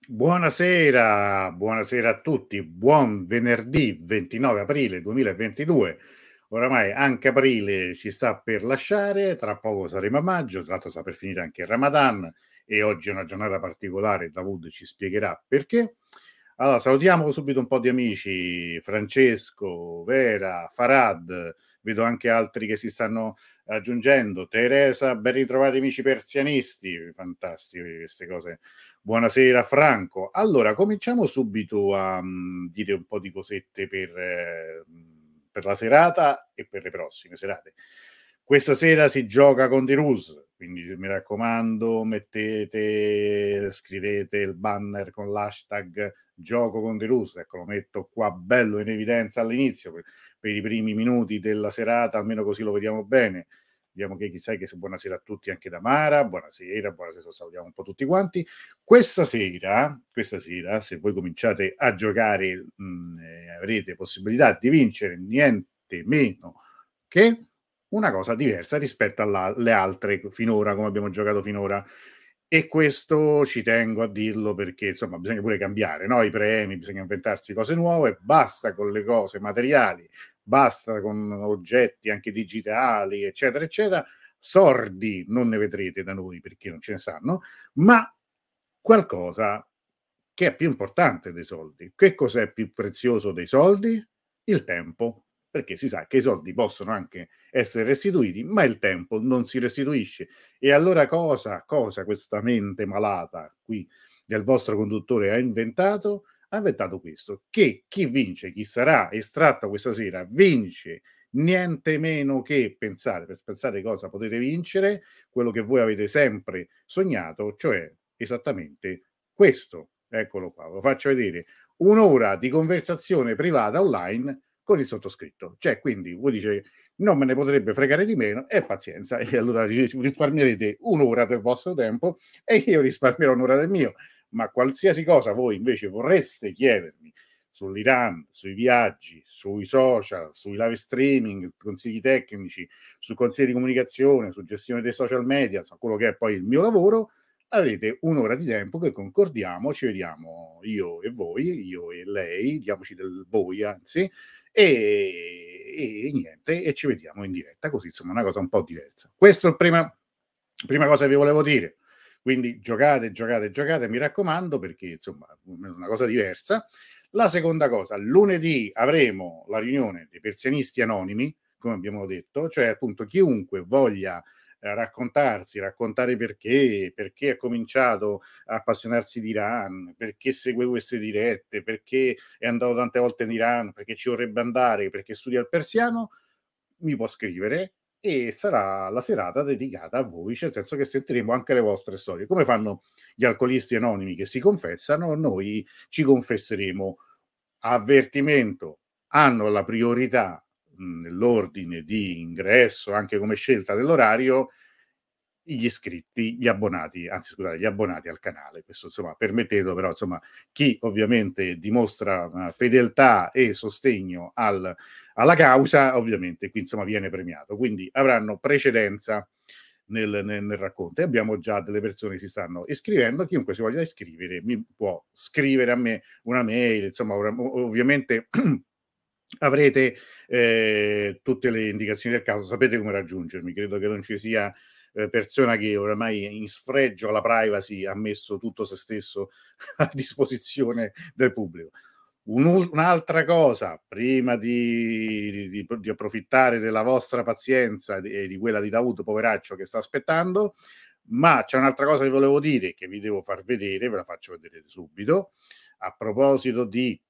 Buonasera, buonasera a tutti. Buon venerdì 29 aprile 2022. Oramai anche aprile ci sta per lasciare, tra poco saremo a maggio, tra l'altro sta per finire anche il Ramadan e oggi è una giornata particolare, Davud ci spiegherà perché. Allora, salutiamo subito un po' di amici, Francesco, Vera, Farad, vedo anche altri che si stanno aggiungendo, Teresa, ben ritrovati amici persianisti, fantastiche queste cose. Buonasera Franco. Allora, cominciamo subito a dire un po' di cosette per la serata e per le prossime serate. Questa sera si gioca con The Rus, quindi mi raccomando, scrivete il banner con l'hashtag gioco con The Rus, ecco, lo metto qua bello in evidenza all'inizio per i primi minuti della serata, almeno così lo vediamo bene. Vediamo che chissà che buonasera a tutti anche da Mara, buonasera, salutiamo un po' tutti quanti. Questa sera, se voi cominciate a giocare, avrete possibilità di vincere niente meno che una cosa diversa rispetto alle altre finora, come abbiamo giocato finora. E questo ci tengo a dirlo perché, insomma, bisogna pure cambiare, no? I premi, bisogna inventarsi cose nuove, basta con le cose materiali, basta con oggetti anche digitali, eccetera, eccetera. Sordi non ne vedrete da noi perché non ce ne sanno, ma qualcosa che è più importante dei soldi. Che cos'è più prezioso dei soldi? Il tempo, perché si sa che i soldi possono anche essere restituiti, ma il tempo non si restituisce. E allora cosa questa mente malata qui del vostro conduttore ha inventato? Ha inventato questo, che chi vince, chi sarà estratto questa sera, vince niente meno che pensate cosa potete vincere, quello che voi avete sempre sognato, cioè esattamente questo. Eccolo qua, ve lo faccio vedere. Un'ora di conversazione privata online con il sottoscritto. Cioè, quindi voi dice non me ne potrebbe fregare di meno e pazienza, e allora risparmierete un'ora del vostro tempo e io risparmierò un'ora del mio. Ma qualsiasi cosa voi invece vorreste chiedermi sull'Iran, sui viaggi, sui social, sui live streaming, consigli tecnici, su consigli di comunicazione, su gestione dei social media, insomma, quello che è poi il mio lavoro, avrete un'ora di tempo che concordiamo, ci vediamo io e voi, io e lei, diamoci del voi anzi, e niente, e ci vediamo in diretta, così insomma una cosa un po' diversa. Questa è la prima cosa che vi volevo dire. Quindi giocate, mi raccomando, perché insomma è una cosa diversa. La seconda cosa, lunedì avremo la riunione dei persianisti anonimi, come abbiamo detto, cioè appunto chiunque voglia raccontare perché ha cominciato a appassionarsi di Iran, perché segue queste dirette, perché è andato tante volte in Iran, perché ci vorrebbe andare, perché studia il persiano, mi può scrivere e sarà la serata dedicata a voi, cioè nel senso che sentiremo anche le vostre storie. Come fanno gli alcolisti anonimi che si confessano, noi ci confesseremo. Avvertimento, hanno la priorità nell'ordine di ingresso, anche come scelta dell'orario, gli iscritti, gli abbonati, anzi scusate, gli abbonati al canale. Questo insomma permettetelo, però insomma chi ovviamente dimostra fedeltà e sostegno alla causa, ovviamente qui insomma viene premiato, quindi avranno precedenza nel racconto. E abbiamo già delle persone che si stanno iscrivendo. Chiunque si voglia iscrivere mi può scrivere a me una mail, insomma ovviamente avrete tutte le indicazioni del caso, sapete come raggiungermi, credo che non ci sia persona che oramai in sfregio alla privacy ha messo tutto se stesso a disposizione del pubblico. Un'altra cosa, prima di approfittare della vostra pazienza e di quella di Davuto, poveraccio, che sta aspettando, ma c'è un'altra cosa che volevo dire, che vi devo far vedere, ve la faccio vedere subito, a proposito di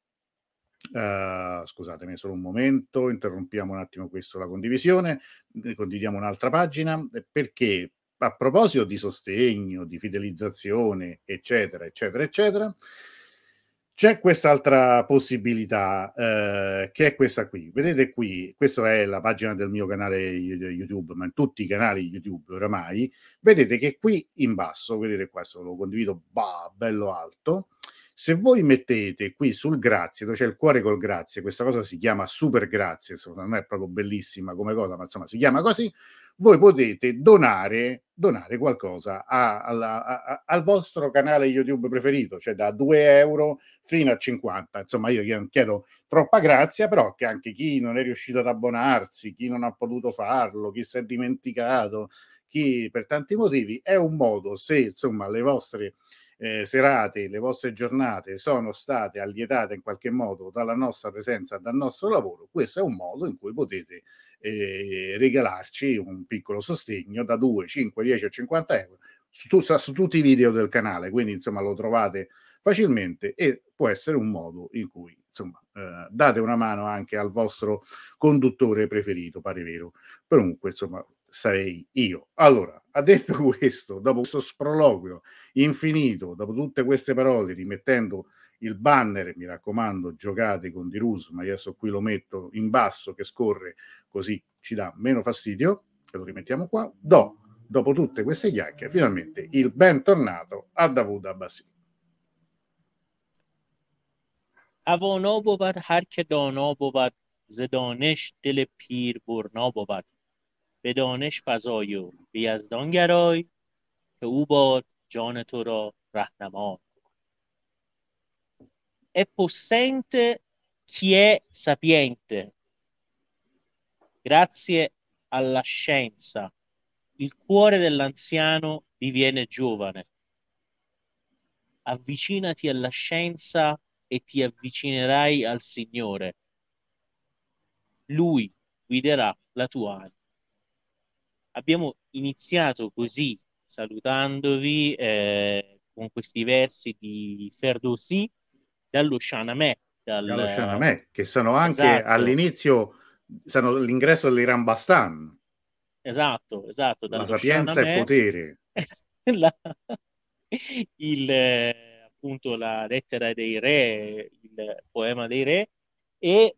scusatemi solo un momento, interrompiamo un attimo questo la condivisione, condividiamo un'altra pagina, perché a proposito di sostegno, di fidelizzazione, eccetera, eccetera, eccetera, c'è quest'altra possibilità, che è questa qui. Vedete qui, questa è la pagina del mio canale YouTube, ma in tutti i canali YouTube oramai, vedete che qui in basso, vedete qua, se lo condivido, bello alto, se voi mettete qui sul grazie, dove c'è il cuore col grazie, questa cosa si chiama super grazie, insomma, non è proprio bellissima come cosa, ma insomma si chiama così, voi potete donare qualcosa al vostro canale YouTube preferito, cioè da 2 euro fino a 50. Insomma, io non chiedo troppa grazia, però che anche chi non è riuscito ad abbonarsi, chi non ha potuto farlo, chi si è dimenticato, chi per tanti motivi, è un modo, se insomma le vostre serate, le vostre giornate sono state allietate in qualche modo dalla nostra presenza, dal nostro lavoro, questo è un modo in cui potete regalarci un piccolo sostegno da 2, 5, 10 o 50 euro su tutti i video del canale, quindi insomma lo trovate facilmente e può essere un modo in cui insomma date una mano anche al vostro conduttore preferito, pare vero. Comunque insomma sarei io. Allora, ha detto questo, dopo questo sproloquio infinito, dopo tutte queste parole, rimettendo il banner, mi raccomando, giocate con Dirus, ma adesso qui lo metto in basso che scorre così ci dà meno fastidio, e lo rimettiamo qua, dopo tutte queste chiacchiere, finalmente il bentornato a Davud Abbasi. توانا بود هر که دانا بود ز دانش دل پیر برنا بود به دانش فزای و به یزدان گرای که او باد جان تو را رهنمای. È possente chi è sapiente. Grazie alla scienza, il cuore dell'anziano diviene giovane. Avvicinati alla scienza e ti avvicinerai al Signore. Lui guiderà la tua anima. Abbiamo iniziato così, salutandovi con questi versi di Ferdowsi dallo Shahnameh. Dallo Shahnameh, che sono anche Esatto, all'inizio, sono l'ingresso dell'Iran Bastan. esatto, La dallo sapienza è Shahnameh, potere. la, appunto la lettera dei re, il poema dei re, e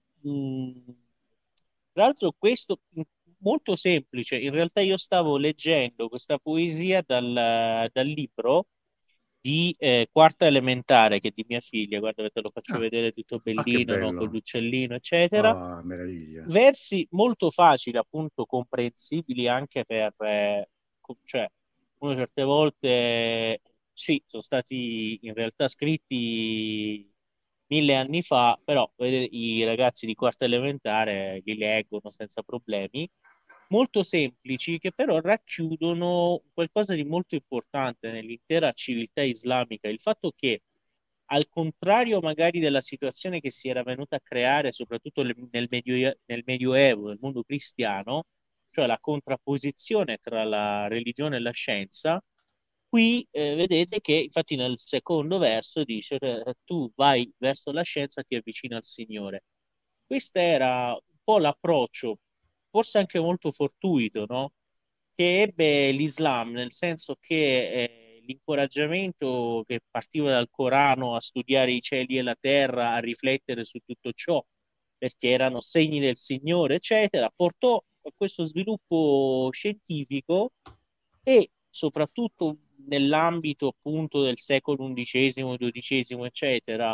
tra l'altro questo molto semplice. In realtà io stavo leggendo questa poesia dal libro di quarta elementare che è di mia figlia, guarda te lo faccio Ah, vedere tutto che bellino, no? Con bello. l'uccellino, eccetera. Ah, meraviglia. Versi molto facili, appunto, comprensibili anche per, cioè, uno certe volte, sì, sono stati in realtà scritti 1000 anni fa, però i ragazzi di quarta elementare li leggono senza problemi, molto semplici che però racchiudono qualcosa di molto importante nell'intera civiltà islamica, il fatto che al contrario magari della situazione che si era venuta a creare soprattutto nel Medioevo, nel mondo cristiano, cioè la contrapposizione tra la religione e la scienza, qui vedete che infatti nel secondo verso dice tu vai verso la scienza, ti avvicini al Signore. Questo era un po' l'approccio, forse anche molto fortuito, no? Che ebbe l'Islam, nel senso che l'incoraggiamento che partiva dal Corano a studiare i cieli e la terra, a riflettere su tutto ciò, perché erano segni del Signore, eccetera, portò a questo sviluppo scientifico e soprattutto nell'ambito appunto del secolo XI, XII, eccetera,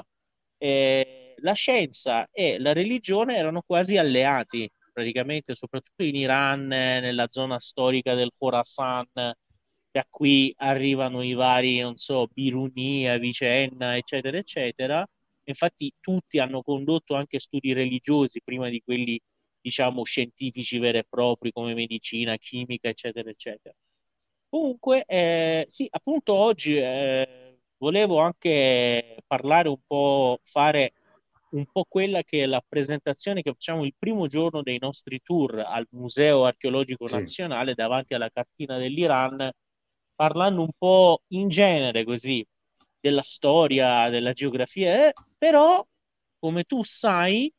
la scienza e la religione erano quasi alleati, praticamente, soprattutto in Iran, nella zona storica del Khorasan, da qui arrivano i vari, non so, Biruni, Avicenna, eccetera, eccetera. Infatti tutti hanno condotto anche studi religiosi prima di quelli, diciamo, scientifici veri e propri come medicina, chimica, eccetera, eccetera. Comunque, sì, appunto oggi volevo anche parlare un po', fare un po' quella che è la presentazione che facciamo il primo giorno dei nostri tour al Museo Archeologico Sì. Nazionale davanti alla cartina dell'Iran, parlando un po' in genere così della storia, della geografia, però, come tu sai,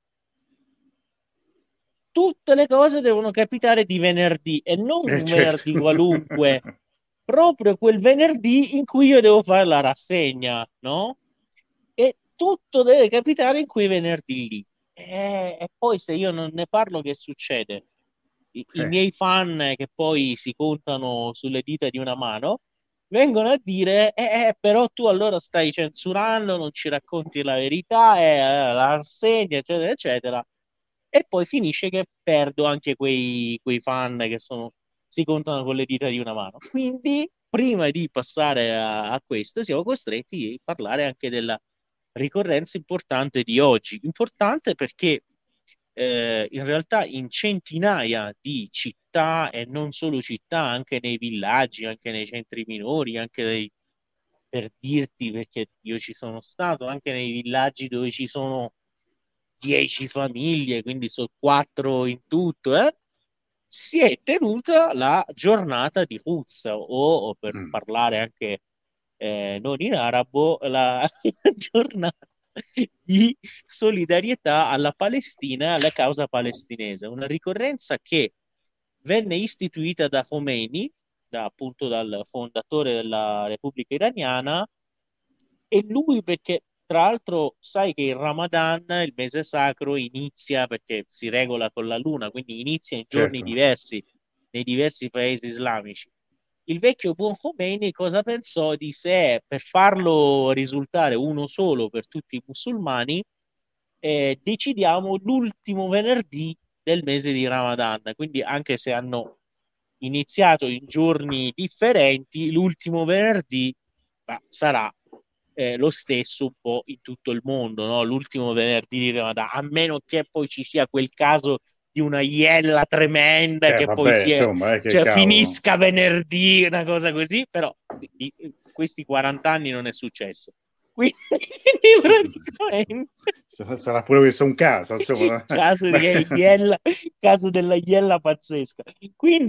tutte le cose devono capitare di venerdì e non un Certo. venerdì qualunque, proprio quel venerdì in cui io devo fare la rassegna, no? E tutto deve capitare in quei venerdì lì. E poi se io non ne parlo, che succede? I Eh, miei fan, che poi si contano sulle dita di una mano, vengono a dire: però tu allora stai censurando, non ci racconti la verità, la rassegna, eccetera, eccetera. E poi finisce che perdo anche quei fan che sono si contano con le dita di una mano. Quindi, prima di passare a questo, siamo costretti a parlare anche della ricorrenza importante di oggi. Importante perché in realtà in centinaia di città e non solo città, anche nei villaggi, anche nei centri minori, per dirti, perché io ci sono stato, anche nei villaggi dove ci sono 10 famiglie, quindi sono 4 in tutto, si è tenuta la giornata di Quds, o per Mm. parlare anche non in arabo, la giornata di solidarietà alla Palestina e alla causa palestinese. Una ricorrenza che venne istituita da Khomeini, appunto dal fondatore della Repubblica Iraniana, e lui perché tra l'altro sai che il Ramadan, il mese sacro, inizia perché si regola con la luna, quindi inizia in giorni Certo. diversi nei diversi paesi islamici. Il vecchio buon Khomeini cosa pensò? Disse, per farlo risultare uno solo per tutti i musulmani, decidiamo l'ultimo venerdì del mese di Ramadan. Quindi anche se hanno iniziato in giorni differenti, l'ultimo venerdì sarà lo stesso un po' in tutto il mondo, no? L'ultimo venerdì di Ramadan, a meno che poi ci sia quel caso di una iella tremenda che poi Vabbè, insomma, che cioè, cavolo. finisca venerdì, una cosa così, però questi 40 anni non è successo. Quindi praticamente Sarà pure questo un caso, insomma. caso di iella, caso della iella pazzesca. Quindi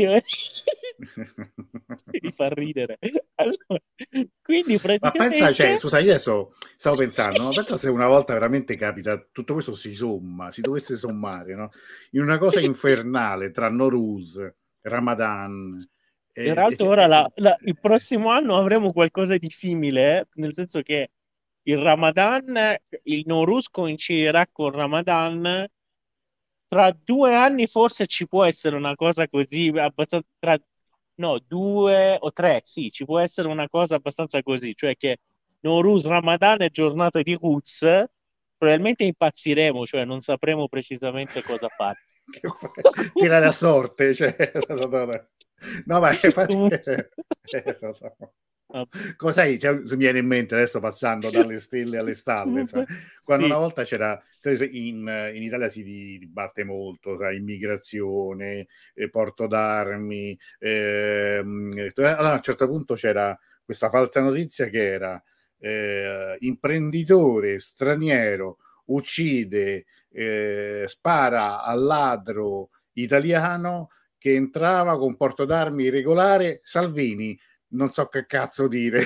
mi fa ridere. Allora, quindi Ma pensa, cioè, praticamente scusa, io adesso stavo pensando, no? Pensa se una volta veramente capita, tutto questo si somma, si dovesse sommare, no? In una cosa infernale tra Nowruz, Ramadan, tra l'altro ora il prossimo anno avremo qualcosa di simile, nel senso che il Ramadan, il Nowruz coinciderà con Ramadan. Tra 2 anni forse ci può essere una cosa così, abbastanza, no, 2 o 3, sì, ci può essere una cosa abbastanza così, cioè che Nowruz, Ramadan e giornata di Quds, probabilmente impazziremo, cioè non sapremo precisamente cosa fare. tirare a sorte, cioè, no, ma infatti, Comunque, no. vabbè. Cos'hai? Cioè, mi viene in mente adesso passando dalle stelle alle stalle, insomma, Comunque, quando una sì, volta c'era in Italia si dibatte molto tra immigrazione, porto d'armi, allora, a un certo punto c'era questa falsa notizia che era imprenditore straniero uccide, spara al ladro italiano che entrava con porto d'armi irregolare, Salvini, non so che cazzo dire.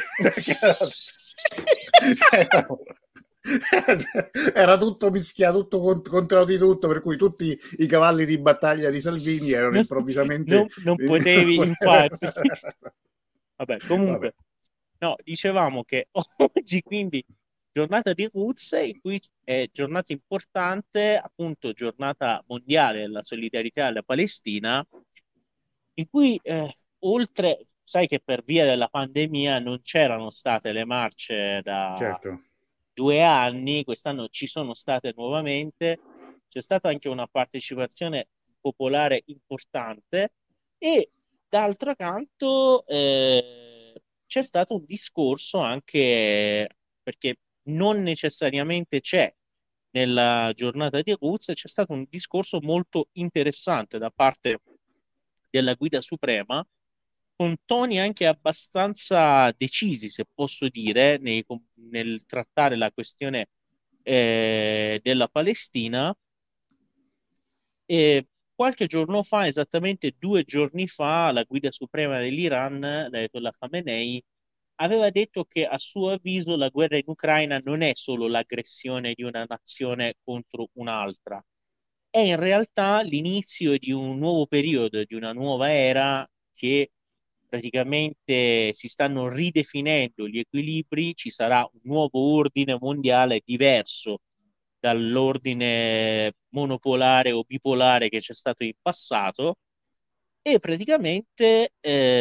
Era tutto mischiato, tutto contro di tutto, per cui tutti i cavalli di battaglia di Salvini erano non, improvvisamente non potevi, infatti. Vabbè, vabbè. comunque, no, dicevamo che oggi quindi giornata di Quds, in cui è giornata importante, appunto giornata mondiale della solidarietà alla Palestina, in cui sai che per via della pandemia non c'erano state le marce da Certo. 2 anni, quest'anno ci sono state nuovamente, c'è stata anche una partecipazione popolare importante e d'altro canto c'è stato un discorso anche perché non necessariamente c'è nella giornata di Quds, c'è stato un discorso molto interessante da parte della Guida Suprema, con toni anche abbastanza decisi, se posso dire, nel trattare la questione della Palestina. E qualche giorno fa, esattamente 2 giorni fa, la Guida Suprema dell'Iran, l'Ayatollah Khamenei, aveva detto che a suo avviso la guerra in Ucraina non è solo l'aggressione di una nazione contro un'altra, è in realtà l'inizio di un nuovo periodo, di una nuova era che praticamente si stanno ridefinendo gli equilibri, ci sarà un nuovo ordine mondiale diverso dall'ordine monopolare o bipolare che c'è stato in passato e praticamente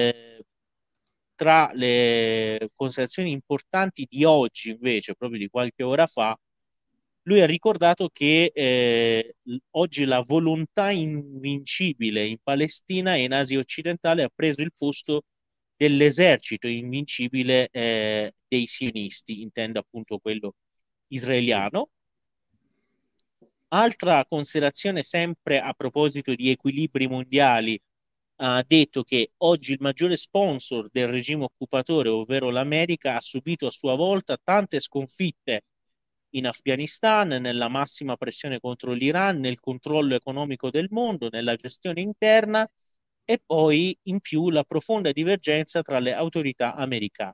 tra le considerazioni importanti di oggi, invece, proprio di qualche ora fa, lui ha ricordato che oggi la volontà invincibile in Palestina e in Asia occidentale ha preso il posto dell'esercito invincibile dei sionisti, intendo appunto quello Sì, israeliano. Altra considerazione sempre a proposito di equilibri mondiali, ha detto che oggi il maggiore sponsor del regime occupatore, ovvero l'America, ha subito a sua volta tante sconfitte in Afghanistan, nella massima pressione contro l'Iran, nel controllo economico del mondo, nella gestione interna e poi in più la profonda divergenza tra le autorità americane.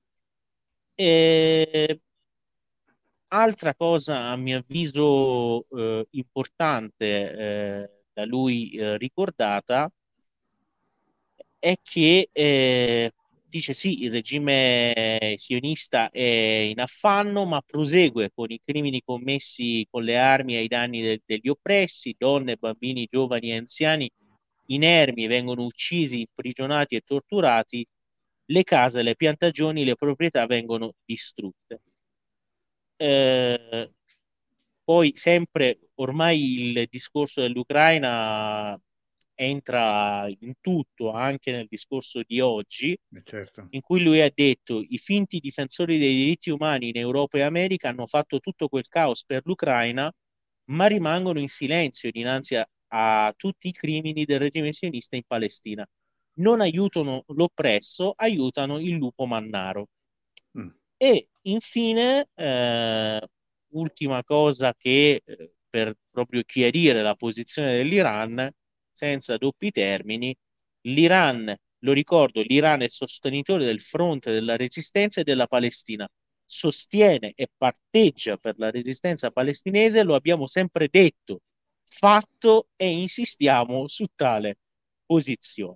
E altra cosa, a mio avviso, importante da lui ricordata è che dice sì, il regime sionista è in affanno, ma prosegue con i crimini commessi con le armi ai danni degli oppressi, donne, bambini, giovani e anziani inermi vengono uccisi, imprigionati e torturati, le case, le piantagioni, le proprietà vengono distrutte. Eh, Poi sempre ormai il discorso dell'Ucraina entra in tutto, anche nel discorso di oggi, certo. in cui lui ha detto i finti difensori dei diritti umani in Europa e America hanno fatto tutto quel caos per l'Ucraina, ma rimangono in silenzio dinanzi a tutti i crimini del regime sionista in Palestina. Non aiutano l'oppresso, aiutano il lupo mannaro. Mm. E infine, ultima cosa che per proprio chiarire la posizione dell'Iran, senza doppi termini, l'Iran, lo ricordo, l'Iran è sostenitore del fronte della resistenza e della Palestina, sostiene e parteggia per la resistenza palestinese, lo abbiamo sempre detto, fatto e insistiamo su tale posizione.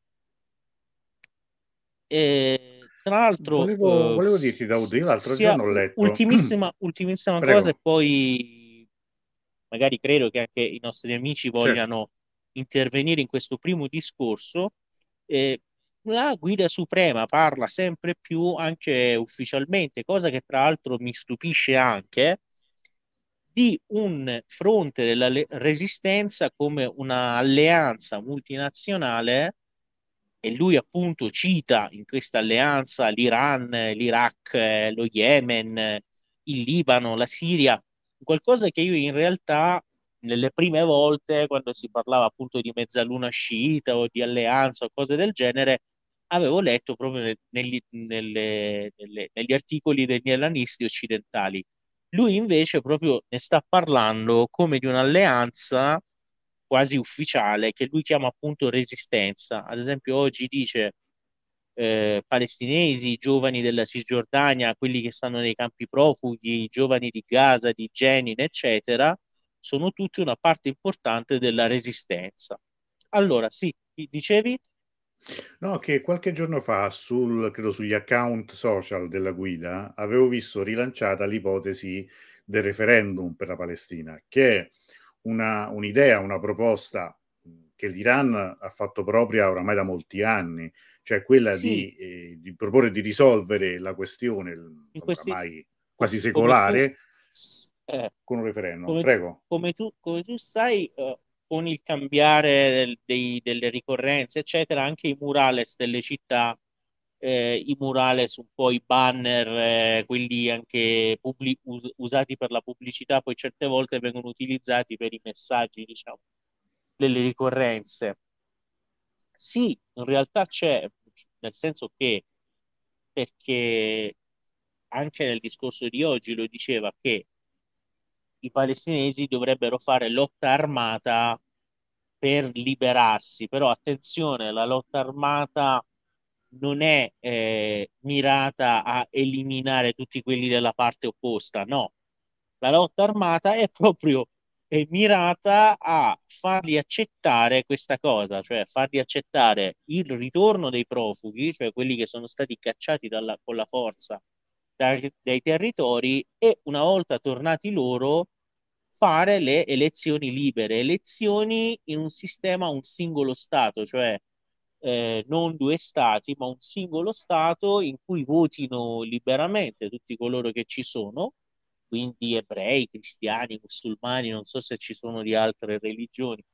Tra l'altro, Volevo dirti, Daud, io l'altro giorno ho letto, ultimissima cosa, e prego, poi magari credo che anche i nostri amici certo. vogliano intervenire in questo primo discorso. Eh, la Guida Suprema parla sempre più anche ufficialmente, cosa che tra l'altro mi stupisce anche, di un fronte della resistenza come un'alleanza multinazionale e lui appunto cita in questa alleanza l'Iran, l'Iraq, lo Yemen, il Libano, la Siria, qualcosa che io in realtà nelle prime volte, quando si parlava appunto di mezzaluna sciita o di alleanza o cose del genere, avevo letto proprio negli articoli degli analisti occidentali. Lui invece proprio ne sta parlando come di un'alleanza quasi ufficiale che lui chiama appunto resistenza. Ad esempio, oggi dice palestinesi, giovani della Cisgiordania, quelli che stanno nei campi profughi, i giovani di Gaza, di Jenin, eccetera, sono tutti una parte importante della resistenza. Allora, sì, dicevi? No, che qualche giorno fa, credo sugli account social della guida, avevo visto rilanciata l'ipotesi del referendum per la Palestina, che è un'idea, una proposta che l'Iran ha fatto propria oramai da molti anni, cioè quella Sì, di proporre di risolvere la questione, in insomma, questi, oramai quasi come tu, secolare, eh, con un referendum. come, Prego. come tu sai, con il cambiare delle ricorrenze, eccetera, anche i murales delle città, i murales, un po' i banner, quelli anche usati per la pubblicità, poi certe volte vengono utilizzati per i messaggi, diciamo, delle ricorrenze. Sì, in realtà c'è, nel senso che, perché anche nel discorso di oggi lo diceva che i palestinesi dovrebbero fare lotta armata per liberarsi, però attenzione, la lotta armata non è mirata a eliminare tutti quelli della parte opposta, no, la lotta armata è proprio mirata a fargli accettare questa cosa, cioè fargli accettare il ritorno dei profughi, cioè quelli che sono stati cacciati con la forza dai territori e una volta tornati loro fare le elezioni libere, elezioni in un sistema, un singolo Stato, cioè non due Stati, ma un singolo Stato in cui votino liberamente tutti coloro che ci sono quindi ebrei, cristiani, musulmani, non so se ci sono di altre religioni,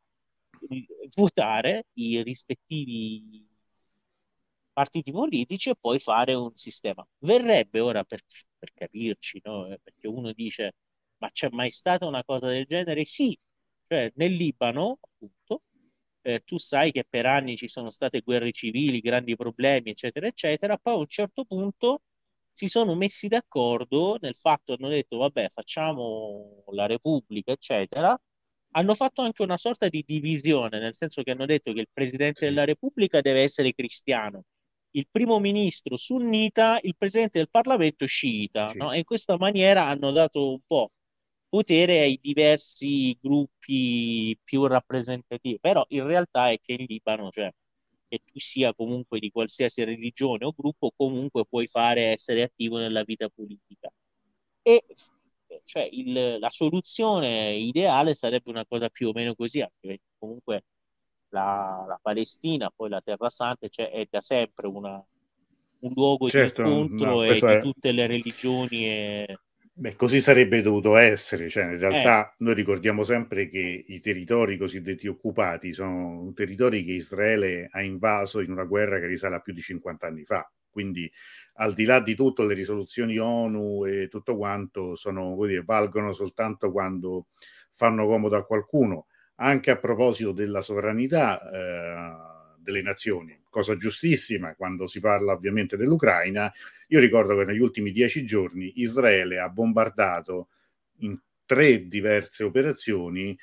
votare i rispettivi partiti politici e poi fare un sistema. Verrebbe ora per capirci, no? Perché uno dice, ma c'è mai stata una cosa del genere? Sì, cioè nel Libano, appunto, tu sai che per anni ci sono state guerre civili, grandi problemi, eccetera, eccetera. Poi a un certo punto si sono messi d'accordo nel fatto, hanno detto, vabbè, facciamo la Repubblica, eccetera. Hanno fatto anche una sorta di divisione, nel senso che hanno detto che il presidente Sì, della Repubblica deve essere cristiano, il primo ministro sunnita, il presidente del Parlamento sciita, sì. no? E in questa maniera hanno dato un po' potere ai diversi gruppi più rappresentativi. Però in realtà è che in Libano, cioè, che tu sia comunque di qualsiasi religione o gruppo, comunque puoi fare essere attivo nella vita politica. E cioè la soluzione ideale sarebbe una cosa più o meno così, anche perché comunque la Palestina, poi la Terra Santa, cioè, è da sempre un luogo di Certo, no, incontro e questo di è. tutte le religioni. Beh, così sarebbe dovuto essere, cioè in Eh, realtà noi ricordiamo sempre che i territori cosiddetti occupati sono territori che Israele ha invaso in una guerra che risale a più di 50 anni fa, quindi al di là di tutto le risoluzioni ONU e tutto quanto sono, vuol dire, valgono soltanto quando fanno comodo a qualcuno, anche a proposito della sovranità delle nazioni, cosa giustissima quando si parla ovviamente dell'Ucraina. Io ricordo che negli ultimi 10 giorni Israele ha bombardato in 3 diverse operazioni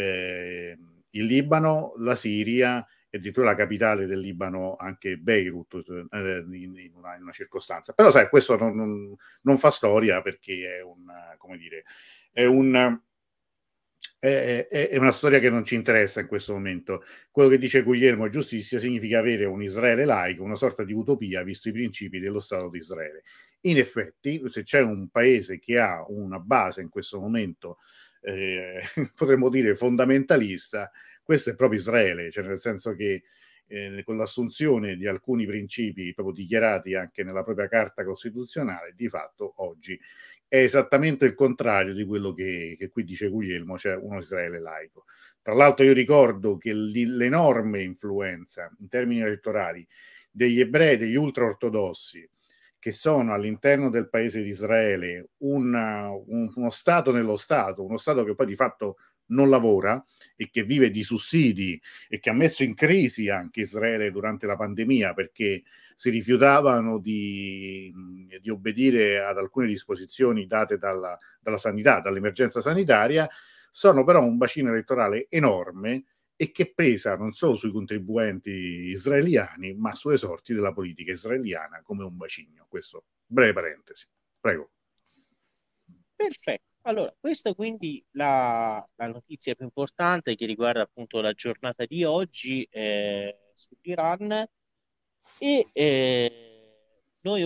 il Libano, la Siria e addirittura la capitale del Libano, anche Beirut, in una circostanza. Però sai, questo non fa storia perché come dire, è un è una storia che non ci interessa in questo momento. Quello che dice Guglielmo è giustissimo, significa avere un Israele laico, una sorta di utopia, visto i principi dello Stato di Israele. In effetti, se c'è un paese che ha una base in questo momento, potremmo dire fondamentalista, questo è proprio Israele, cioè nel senso che con l'assunzione di alcuni principi proprio dichiarati anche nella propria carta costituzionale, di fatto oggi è esattamente il contrario di quello che qui dice Guglielmo, cioè uno Israele laico. Tra l'altro io ricordo che l'enorme influenza in termini elettorali degli ebrei, degli ultraortodossi, che sono all'interno del paese di Israele uno Stato nello Stato, uno Stato che poi di fatto non lavora e che vive di sussidi e che ha messo in crisi anche Israele durante la pandemia perché si rifiutavano di obbedire ad alcune disposizioni date dalla sanità, dall'emergenza sanitaria, sono però un bacino elettorale enorme e che pesa non solo sui contribuenti israeliani, ma sulle sorti della politica israeliana come un bacino. Questo, breve parentesi. Prego. Perfetto. Allora, questa è quindi la notizia più importante che riguarda appunto la giornata di oggi sull'Iran. E noi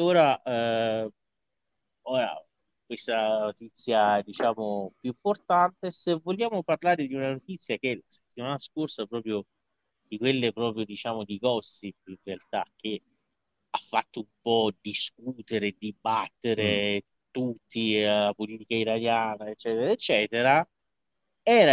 ora, questa notizia, diciamo, più importante, se vogliamo parlare di una notizia che la settimana scorsa, proprio di quelle proprio, diciamo, di gossip, in realtà, che ha fatto un po' discutere, Mm. dibattere tutti, la politica italiana, eccetera, eccetera, era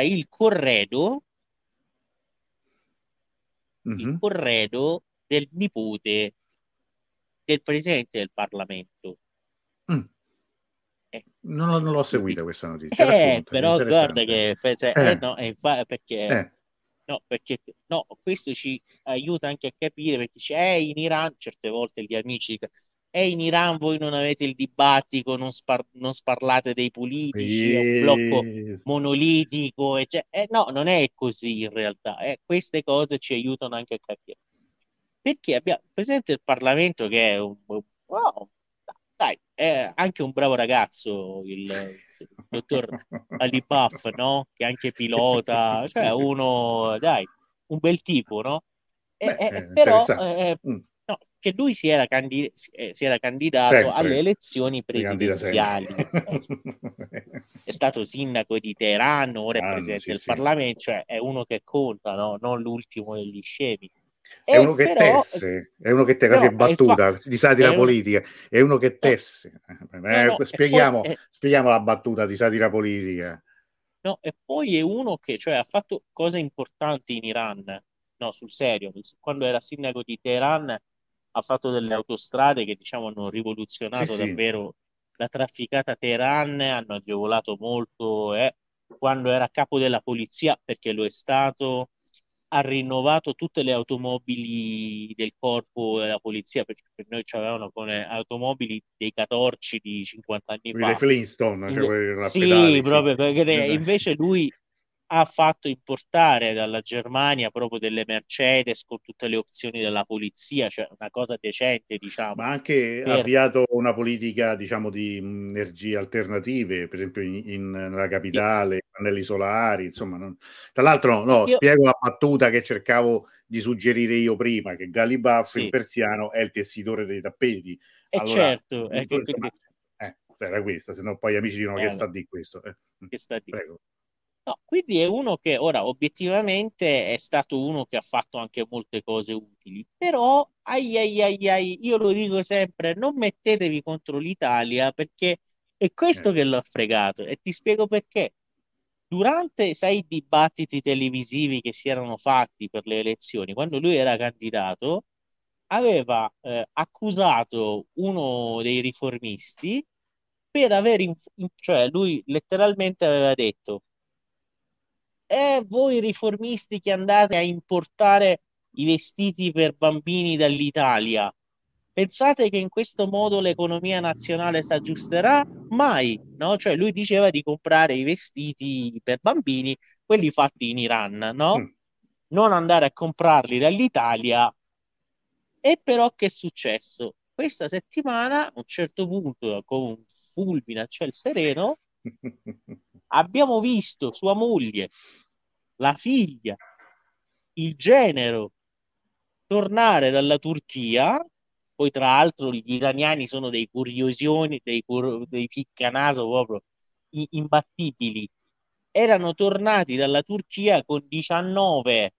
il Mhm. corredo del nipote del presidente del Parlamento. Mm. Eh, Non l'ho quindi, seguita questa notizia, raccontami, però guarda interessante. che cioè, Eh, no, perché eh, no, perché no, questo ci aiuta anche a capire perché c'è in Iran, certe volte gli amici dicono, in Iran voi non avete il dibattito, non sparlate dei politici, è un blocco eh, monolitico, no, non è così in realtà, queste cose ci aiutano anche a capire. Perché abbiamo il Presidente del Parlamento che è wow, dai, è anche un bravo ragazzo, il dottor Ali Buff, no? Che anche pilota, cioè sì. uno, dai, un bel tipo, no? Beh, è Però, interessante. Mm. no, che lui si era candidato alle Sempre, elezioni si candida sempre. presidenziali. È stato sindaco di Teheran, ora è Ah, presidente sì, del sì. Parlamento, cioè è uno che conta, no? Non l'ultimo degli scemi. È uno che Però, tesse, è uno che no, che battuta di satira è uno, politica, è uno che no, tesse. no, e poi, Spieghiamo la battuta di satira politica. no, e poi è uno che, cioè, ha fatto cose importanti in Iran, no, sul serio. Quando era sindaco di Teheran ha fatto delle autostrade che, diciamo, hanno Sì, rivoluzionato sì. davvero la trafficata Teheran, hanno agevolato molto, quando era capo della polizia, perché lo è stato, ha rinnovato tutte le automobili del corpo della polizia, perché per noi c'avevano come automobili dei catorci di 50 anni Quelli dei fa. Flintstone, cioè quelli a Sì, pedali, sì. proprio perché invece lui ha fatto importare dalla Germania proprio delle Mercedes con tutte le opzioni della polizia, cioè una cosa decente, Ma diciamo. ha anche Per... avviato una politica, diciamo, di energie alternative, per esempio nella Io, capitale, pannelli solari, insomma. Tra l'altro, no, io- spiego la battuta che cercavo di suggerire io prima, che Galibaff in sì, persiano è il tessitore dei tappeti. è Allora, certo, insomma, era questa, se no poi gli amici dicono che vabbè, sta di questo. che sta di. Prego. No, quindi è uno che ora obiettivamente è stato uno che ha fatto anche molte cose utili, però ai ai ai ai, io lo dico sempre, non mettetevi contro l'Italia perché è questo che l'ha fregato e ti spiego perché. Durante, sai, i dibattiti televisivi che si erano fatti per le elezioni, quando lui era candidato, aveva accusato uno dei riformisti per aver, cioè lui letteralmente aveva detto voi riformisti che andate a importare i vestiti per bambini dall'Italia, pensate che in questo modo l'economia nazionale si aggiusterà? Mai, no? Cioè lui diceva di comprare i vestiti per bambini, quelli fatti in Iran, no? Mm. Non andare a comprarli dall'Italia. E però che è successo? Questa settimana, a un certo punto, con un fulmine a ciel sereno, abbiamo visto sua moglie, la figlia, il genero tornare dalla Turchia. Poi, tra l'altro, gli iraniani sono dei curiosioni, dei ficcanaso proprio imbattibili. Erano tornati dalla Turchia con 19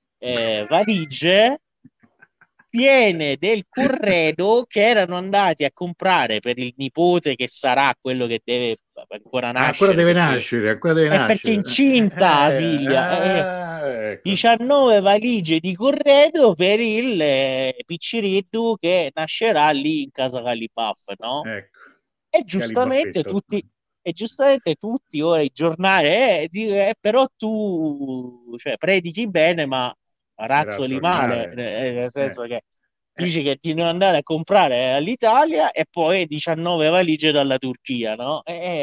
valigie piene del corredo che erano andati a comprare per il nipote che sarà quello che deve ancora Ancora nascere deve perché nascere, ancora deve è perché è nascere. incinta la figlia. Ecco. 19 valigie di corredo per il picciriddu che nascerà lì in casa Calibaf, no? Ecco, E giustamente Calibaffetto. tutti, e giustamente tutti ora i giornali, però tu, cioè, predichi bene, ma razzoli Razzoli male, male. nel Eh, senso che eh, dici che di non andare a comprare all'Italia e poi 19 valigie dalla Turchia, no?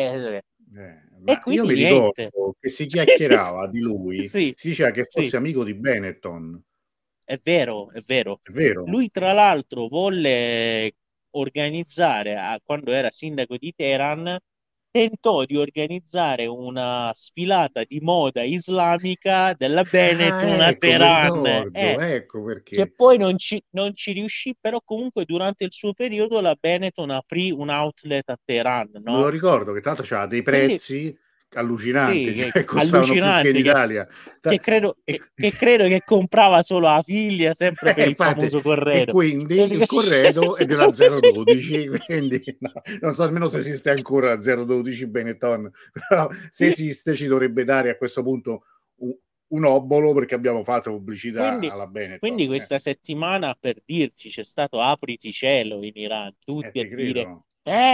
E ma io quindi mi niente. ricordo che si Sì, sì, sì, chiacchierava di lui, sì, si diceva che sì, fosse amico di Benetton. è vero, è vero. È vero? Lui, tra l'altro, volle organizzare, quando era sindaco di Teheran, tentò di organizzare una sfilata di moda islamica della Benetton Ah, a ecco, mi Teheran, ricordo, ecco che perché. poi non ci riuscì, però comunque durante il suo periodo la Benetton aprì un outlet a Teheran, Me lo no? ricordo che tra l'altro c'ha dei Quindi prezzi allucinanti, sì, cioè costavano più che in allucinante, Italia. che credo, E, credo che comprava solo la figlia, sempre per il infatti, famoso e corredo. quindi il corredo è della 012, quindi no, non so nemmeno se esiste ancora la 012 Benetton, però se esiste ci dovrebbe dare a questo punto un obolo perché abbiamo fatto pubblicità Quindi, alla quindi Benetton. questa settimana per dirci c'è stato apriti cielo in Iran, tutti a Ti dire credo.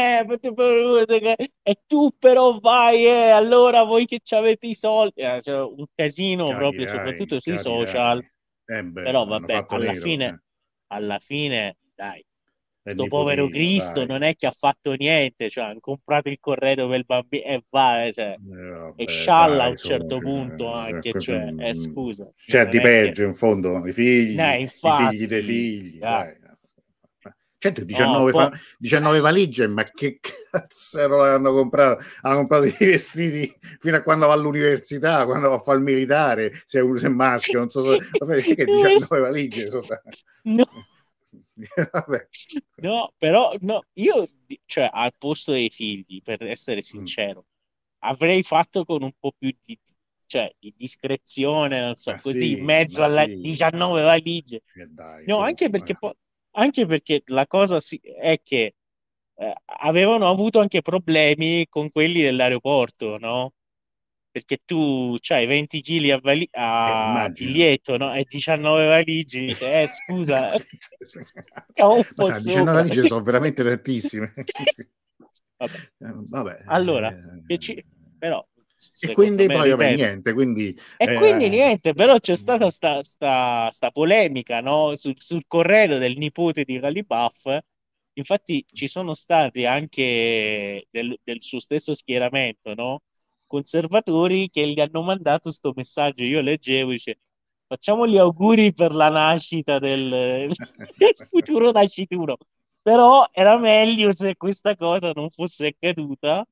e tu però vai, allora voi che ci avete i soldi, c'è un casino proprio, soprattutto sui social, Capirai. Eh beh, però hanno vabbè, fatto nero. alla fine, dai, È sto povero nipotino, Cristo dai. non è che ha fatto niente, cioè hanno comprato il corredo per il bambino e va, cioè, e Vabbè, scialla a dai, un certo punto anche, cioè, scusa, c'è non di è che... peggio in fondo, i figli dei Infatti, figli, dai. Certo, no, 19 valigie, ma che cazzo hanno comprato? Hanno comprato i vestiti fino a quando va all'università, quando va a fare il militare, se è maschio, non so se... Vabbè, che 19 valigie? no, Vabbè. no, però no, io, cioè, al posto dei figli, per essere Mm. sincero, avrei fatto con un po' più di, cioè di discrezione, non so, così in Ma mezzo alle sì, 19 valigie. dai, No, su. anche perché la cosa è che avevano avuto anche problemi con quelli dell'aeroporto, no? Perché tu c'hai 20 kg a Immagino. biglietto, no? E 19 valigie, dice, scusa, siamo un Ma po' sai, 19 sopra. valigie sono veramente tantissime. Vabbè. Vabbè. Allora, però, E secondo quindi me, poi, vabbè, ripeto, niente, quindi... e quindi niente, però c'è stata sta polemica, no? Sul corredo del nipote di Calibaf. Infatti ci sono stati anche del suo stesso schieramento, no? Conservatori che gli hanno mandato sto messaggio. Io leggevo, dice, facciamo gli auguri per la nascita del futuro nascituro. Però era meglio se questa cosa non fosse accaduta.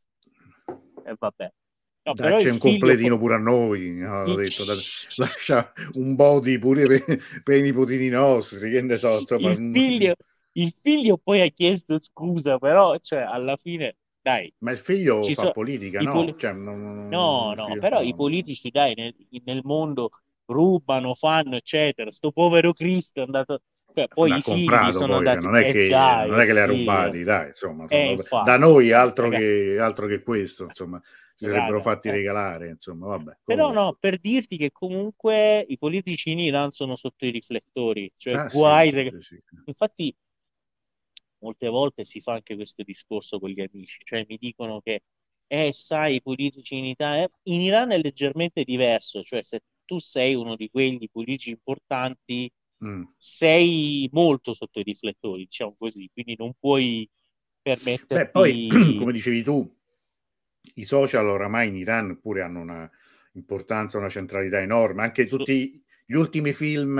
E vabbè. No, però Dacci il un figlio... completino pure a noi, hanno il- detto, lascia un body pure per i nipotini nostri, che ne so, insomma. Il figlio, il figlio poi ha chiesto scusa, però, cioè, alla fine, dai, Ma il figlio ci fa sono politica, i no? poli- Cioè, no, il no, figlio, però i no, no. politici, dai, nel mondo rubano, fanno, eccetera. Sto povero Cristo è andato, cioè, poi L'ha i figli comprato sono poi, cioè, andati, non dai, è che li ha sì, rubati, dai, insomma, da infatti, noi ragazzi, altro che questo, insomma, si sarebbero raga, fatti regalare, insomma, vabbè, Però no, comunque. per dirti che comunque i politici in Iran sono sotto i riflettori, cioè Ah, sì, guai sì, sì. Infatti molte volte si fa anche questo discorso con gli amici, cioè mi dicono che, sai, i politici in Italia, in Iran è leggermente diverso, cioè se tu sei uno di quegli politici importanti, Mm. sei molto sotto i riflettori, diciamo così, quindi non puoi Beh, poi, permetterti... come dicevi tu, i social oramai in Iran pure hanno una importanza, una centralità enorme. Anche su- tutti gli ultimi film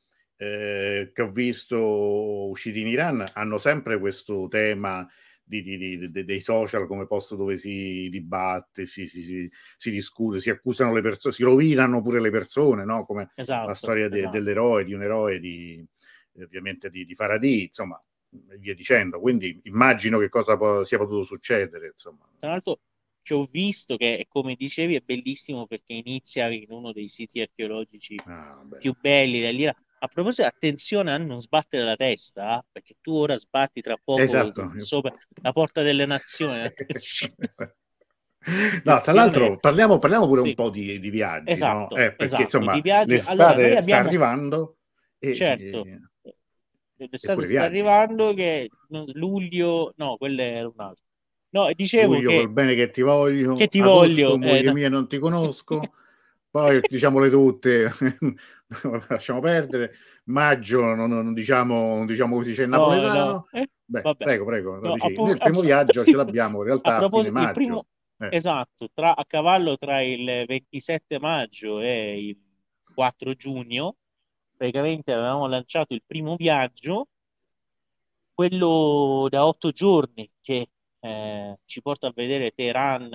che ho visto usciti in Iran hanno sempre questo tema dei social come posto dove si dibatte, si discute, si accusano le persone, si rovinano pure le persone, no? Come la Esatto, storia esatto. dell'eroe, di un eroe ovviamente di Farhadi, insomma, e via dicendo. Quindi immagino che cosa sia potuto succedere, insomma. Tra l'altro, che ho visto che, come dicevi, è bellissimo perché inizia in uno dei siti archeologici Ah, beh. più belli dell'Iran. A proposito, attenzione a non sbattere la testa, perché tu ora sbatti tra poco Esatto. sopra la porta delle nazioni. Attenzione, No, tra attenzione. l'altro parliamo pure un Sì, po' di viaggi, no? esatto, Perché esatto. insomma Di viaggi. Allora, noi l'estate sta abbiamo, arrivando certo, e, e l'estate pure sta viaggi. arrivando, che luglio, no, quello era un altro. No, dicevo Luglio col che bene che ti che voglio, ti voglio, agosto moglie no. mia non ti conosco, poi diciamole tutte, lasciamo perdere, maggio non diciamo come si dice in No, no, napoletano. Beh, vabbè. prego, lo No, dicevi. Nel primo viaggio ce sì. l'abbiamo in A realtà a fine proposito, il maggio. primo, esatto, a cavallo tra il 27 maggio e il 4 giugno, praticamente avevamo lanciato il primo viaggio, quello da 8 giorni, che ci porta a vedere Teheran,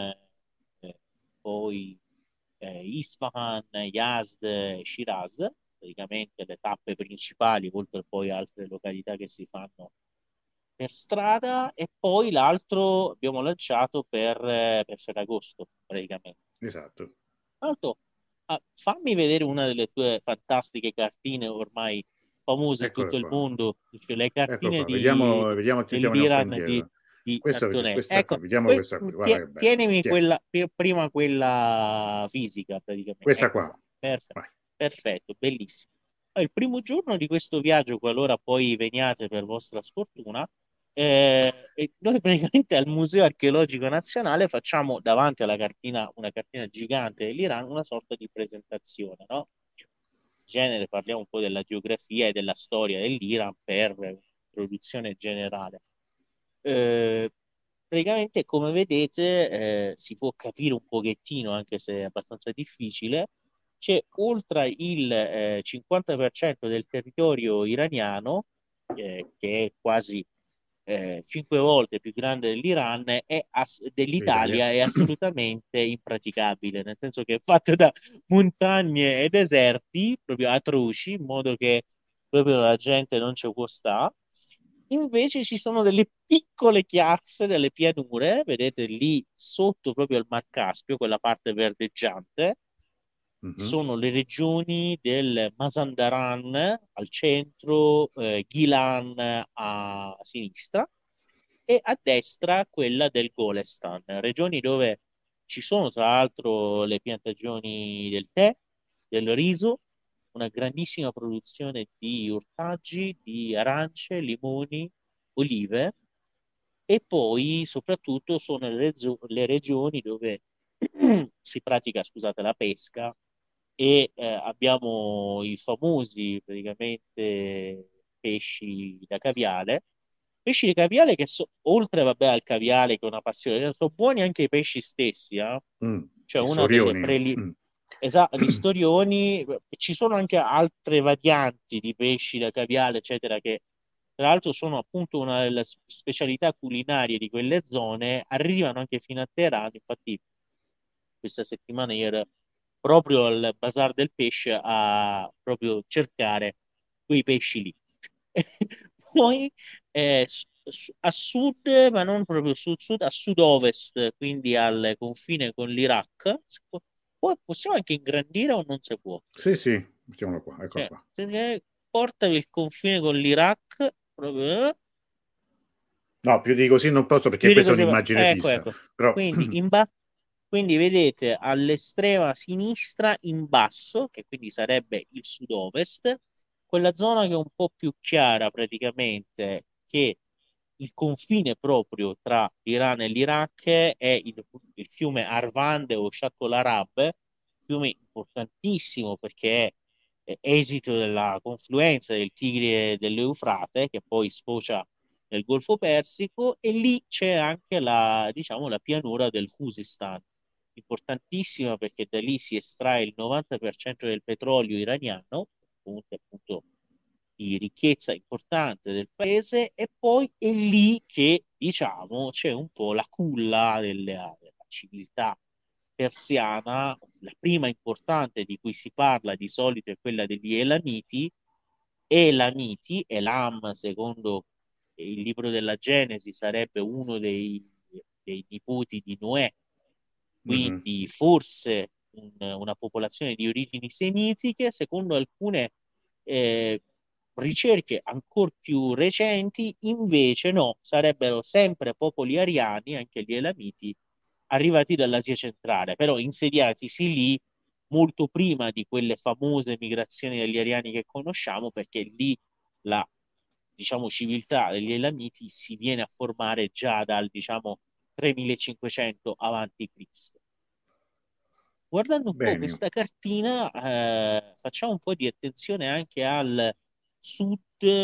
poi Isfahan, Yazd e Shiraz, praticamente le tappe principali, oltre poi altre località che si fanno per strada, e poi l'altro abbiamo lanciato per Ferragosto, praticamente. Esatto. Tra l'altro, fammi vedere una delle tue fantastiche cartine ormai famose in Eccola tutto il qua. mondo, cioè le Ecco cartine qua, vediamo, tiriamone un po' dell'Iran indietro. di Questa Antonelli. qua, vediamo questa qui, guarda che bella. Tienimi Tieni, prima quella fisica, praticamente. questa Ecco qua. qua. Perfetto, Vai. perfetto, bellissimo. Il primo giorno di questo viaggio, qualora poi veniate per vostra sfortuna, e noi praticamente al Museo Archeologico Nazionale facciamo davanti alla cartina, una cartina gigante dell'Iran, una sorta di presentazione, no? In genere parliamo un po' della geografia e della storia dell'Iran per un'introduzione generale. Eh, Praticamente, come vedete, si può capire un pochettino, anche se è abbastanza difficile, c'è oltre il 50% del territorio iraniano, che è quasi 5 volte più grande dell'Iran, L'Italia. dell'Italia, è assolutamente impraticabile, nel senso che è fatto da montagne e deserti proprio atroci, in modo che proprio la gente non ci può stare. Invece ci sono delle piccole chiazze delle pianure, vedete lì sotto proprio al Mar Caspio, quella parte verdeggiante, Mhm. sono le regioni del Mazandaran al centro, Gilan a sinistra e a destra quella del Golestan, regioni dove ci sono tra l'altro le piantagioni del tè, del riso, una grandissima produzione di ortaggi, di arance, limoni, olive e poi soprattutto sono le regioni dove si pratica, scusate, la pesca e abbiamo i famosi praticamente pesci da caviale. Pesci di caviale che oltre vabbè, al caviale che è una passione, sono buoni anche i pesci stessi, eh? Mm. Cioè I una delle sorioni. preli... Mm. Esatto, gli storioni, ci sono anche altre varianti di pesci da caviale, eccetera, che tra l'altro sono appunto una delle specialità culinarie di quelle zone, arrivano anche fino a Teheran, infatti questa settimana io ero proprio al Bazar del Pesce a proprio cercare quei pesci lì. Poi a sud, ma non proprio sud-sud, a sud-ovest, quindi al confine con l'Iraq, possiamo anche ingrandire o non si può? Sì, sì, mettiamolo qua, eccola Cioè, qua. se portavi il confine con l'Iraq, proprio, No, più di così non posso perché più di questa è così, un'immagine ecco, fissa, ecco. però Quindi, quindi vedete all'estrema sinistra in basso, che quindi sarebbe il sud-ovest, quella zona che è un po' più chiara praticamente, che il confine proprio tra l'Iran e l'Iraq è il fiume Arvand o Shatto l'Arab, fiume importantissimo perché è esito della confluenza del Tigri e dell'Eufrate, che poi sfocia nel Golfo Persico, e lì c'è anche la, diciamo, la pianura del Khuzestan, importantissima perché da lì si estrae il 90% del petrolio iraniano, fonte appunto di ricchezza importante del paese, e poi è lì che, diciamo, c'è un po' la culla della civiltà persiana, la prima importante di cui si parla di solito è quella degli Elamiti. Elamiti, Elam, secondo il libro della Genesi, sarebbe uno dei nipoti di Noè, mhm. quindi forse una popolazione di origini semitiche, secondo alcune eh, ricerche ancora più recenti, invece no, sarebbero sempre popoli ariani, anche gli Elamiti, arrivati dall'Asia centrale, però insediatisi lì molto prima di quelle famose migrazioni degli ariani che conosciamo, perché lì la, diciamo, civiltà degli Elamiti si viene a formare già dal, diciamo, 3500 avanti Cristo. Guardando un po' Bene. questa cartina, facciamo un po' di attenzione anche al sud,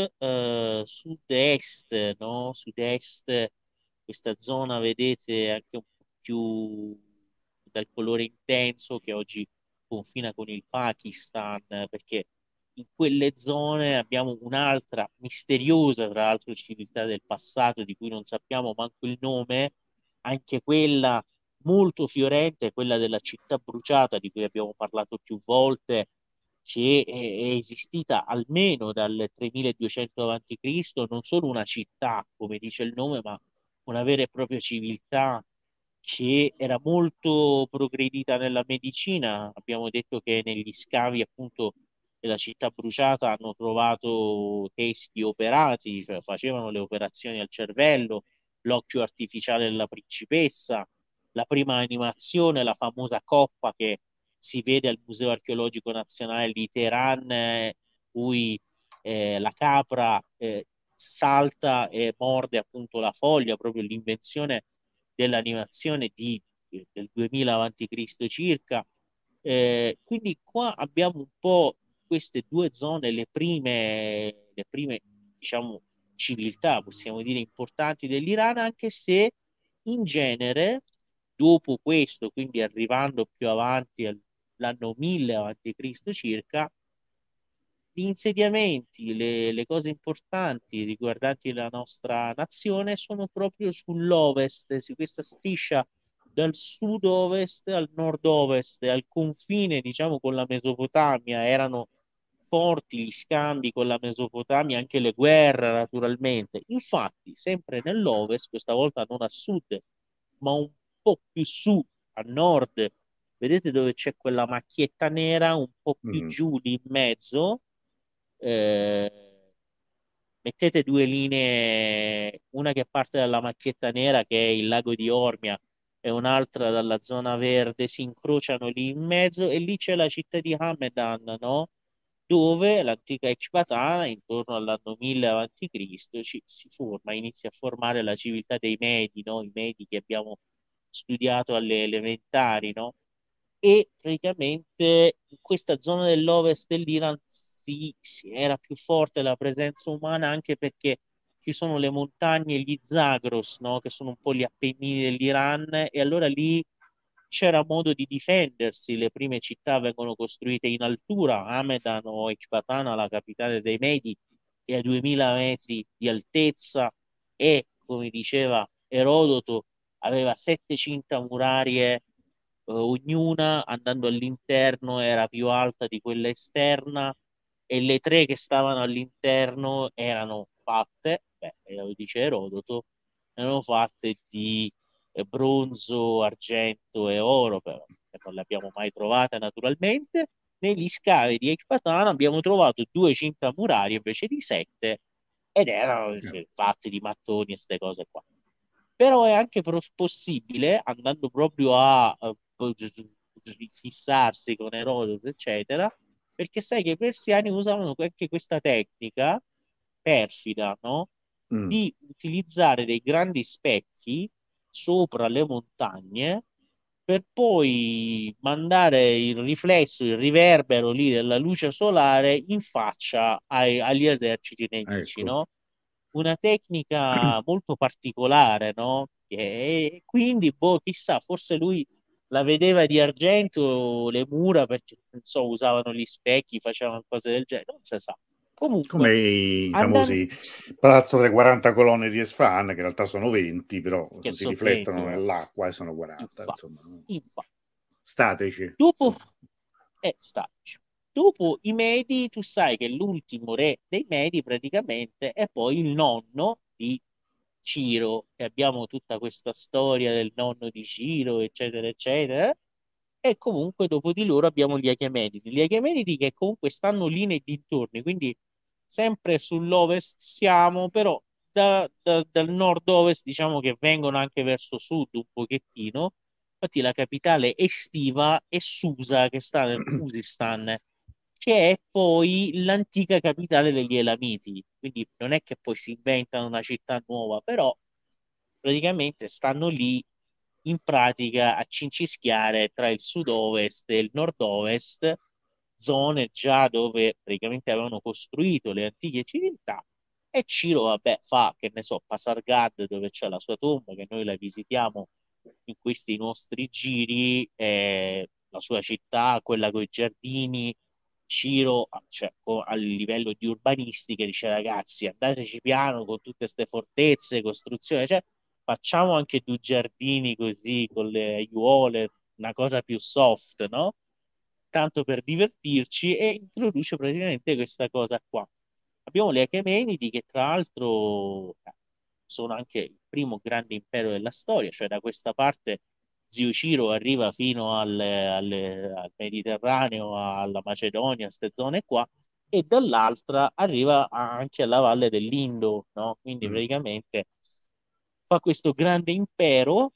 sud-est, no? Sud-est, questa zona, vedete, anche un po' più dal colore intenso che oggi confina con il Pakistan, perché in quelle zone abbiamo un'altra misteriosa, tra l'altro, civiltà del passato di cui non sappiamo manco il nome, anche quella molto fiorente, quella della città bruciata di cui abbiamo parlato più volte, che è esistita almeno dal 3200 a.C., non solo una città, come dice il nome, ma una vera e propria civiltà che era molto progredita nella medicina. Abbiamo detto che negli scavi appunto della città bruciata hanno trovato testi operati, cioè facevano le operazioni al cervello, l'occhio artificiale della principessa, la prima animazione, la famosa coppa che si vede al Museo Archeologico Nazionale di Teheran, cui la capra salta e morde appunto la foglia, proprio l'invenzione dell'animazione del 2000 avanti Cristo circa. Quindi qua abbiamo un po' queste due zone, le prime diciamo, civiltà, possiamo dire, importanti dell'Iran, anche se in genere, dopo questo, quindi arrivando più avanti all'anno 1000 avanti Cristo circa, gli insediamenti, le cose importanti riguardanti la nostra nazione sono proprio sull'ovest, su questa striscia dal sud-ovest al nord-ovest, al confine, diciamo, con la Mesopotamia, erano trasporti, gli scambi con la Mesopotamia, anche le guerre naturalmente. Infatti, sempre nell'ovest, questa volta non a sud, ma un po' più su, a nord, vedete dove c'è quella macchietta nera, un po' più Mm. giù lì in mezzo, eh, mettete due linee, una che parte dalla macchietta nera, che è il lago di Ormia, e un'altra dalla zona verde, si incrociano lì in mezzo e lì c'è la città di Hamedan, no? Dove l'antica Ecbatana, intorno all'anno 1000 a.C., si forma, inizia a formare la civiltà dei Medi, no? I Medi che abbiamo studiato alle elementari, no? E praticamente in questa zona dell'ovest dell'Iran era più forte la presenza umana, anche perché ci sono le montagne, gli Zagros, no? Che sono un po' gli Appennini dell'Iran, e allora lì c'era modo di difendersi. Le prime città vengono costruite in altura, Hamedan o Ecbatana, la capitale dei Medi, è a 2000 metri di altezza, e, come diceva Erodoto, aveva 7 cinta murarie, ognuna andando all'interno era più alta di quella esterna, e le tre che stavano all'interno erano fatte, beh, lo dice Erodoto, erano fatte di bronzo, argento e oro, però, che non le abbiamo mai trovate naturalmente. Negli scavi di Ecbatana abbiamo trovato 2 cinta murarie invece di 7, ed erano, cioè, fatte di mattoni e queste cose qua. Però è anche possibile, andando proprio a fissarsi con Erodoto, eccetera, perché sai che i persiani usavano anche questa tecnica perfida, no? Mm. Di utilizzare dei grandi specchi sopra le montagne per poi mandare il riflesso, il riverbero lì della luce solare in faccia agli eserciti nemici, Ecco. no? Una tecnica molto particolare, no? E quindi, boh, chissà, forse lui la vedeva di argento le mura perché, non so, usavano gli specchi, facevano cose del genere, non si sa. Come Comunque, i andando, famosi Palazzo delle 40 colonne di Esfahan, che in realtà sono 20, però che si so 20, riflettono nell'acqua e sono 40, infatti, insomma, no? infatti. Statici, Dopo insomma. è statico. Dopo i Medi, tu sai che l'ultimo re dei Medi praticamente è poi il nonno di Ciro, e abbiamo tutta questa storia del nonno di Ciro, eccetera, eccetera. E comunque dopo di loro abbiamo gli Achemenidi che comunque stanno lì nei dintorni, quindi sempre sull'ovest siamo, però dal nord-ovest diciamo che vengono anche verso sud un pochettino. Infatti la capitale estiva è Susa, che sta nel Khuzestan, che è poi l'antica capitale degli Elamiti. Quindi non è che poi si inventano una città nuova, però praticamente stanno lì in pratica a cincischiare tra il sud-ovest e il nord-ovest, zone già dove praticamente avevano costruito le antiche civiltà. E Ciro, vabbè, fa, che ne so, Pasargad, dove c'è la sua tomba, che noi la visitiamo in questi nostri giri, la sua città, quella con i giardini. Ciro, cioè, a livello di urbanistica, dice ragazzi, andateci piano con tutte queste fortezze, costruzioni, cioè, facciamo anche due giardini così con le aiuole, una cosa più soft, no? Tanto per divertirci, e introduce praticamente questa cosa qua. Abbiamo le Achemenidi che tra l'altro sono anche il primo grande impero della storia, cioè da questa parte Zio Ciro arriva fino al Mediterraneo, alla Macedonia, queste zone qua, e dall'altra arriva anche alla valle dell'Indo, no? Quindi Mm. praticamente fa questo grande impero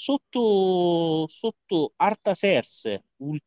sotto Artaserse,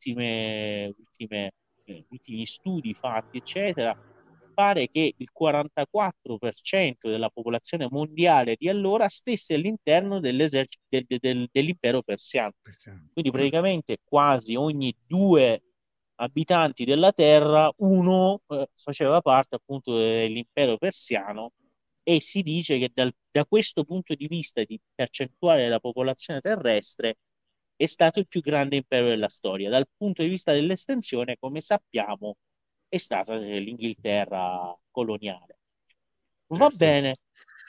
ultimi studi fatti, eccetera. Pare che il 44% della popolazione mondiale di allora stesse all'interno dell'impero persiano. Quindi praticamente quasi ogni due abitanti della Terra, uno faceva parte appunto dell'impero persiano, e si dice che da questo punto di vista di percentuale della popolazione terrestre è stato il più grande impero della storia. Dal punto di vista dell'estensione, come sappiamo, è stata l'Inghilterra coloniale. Va Certo. bene,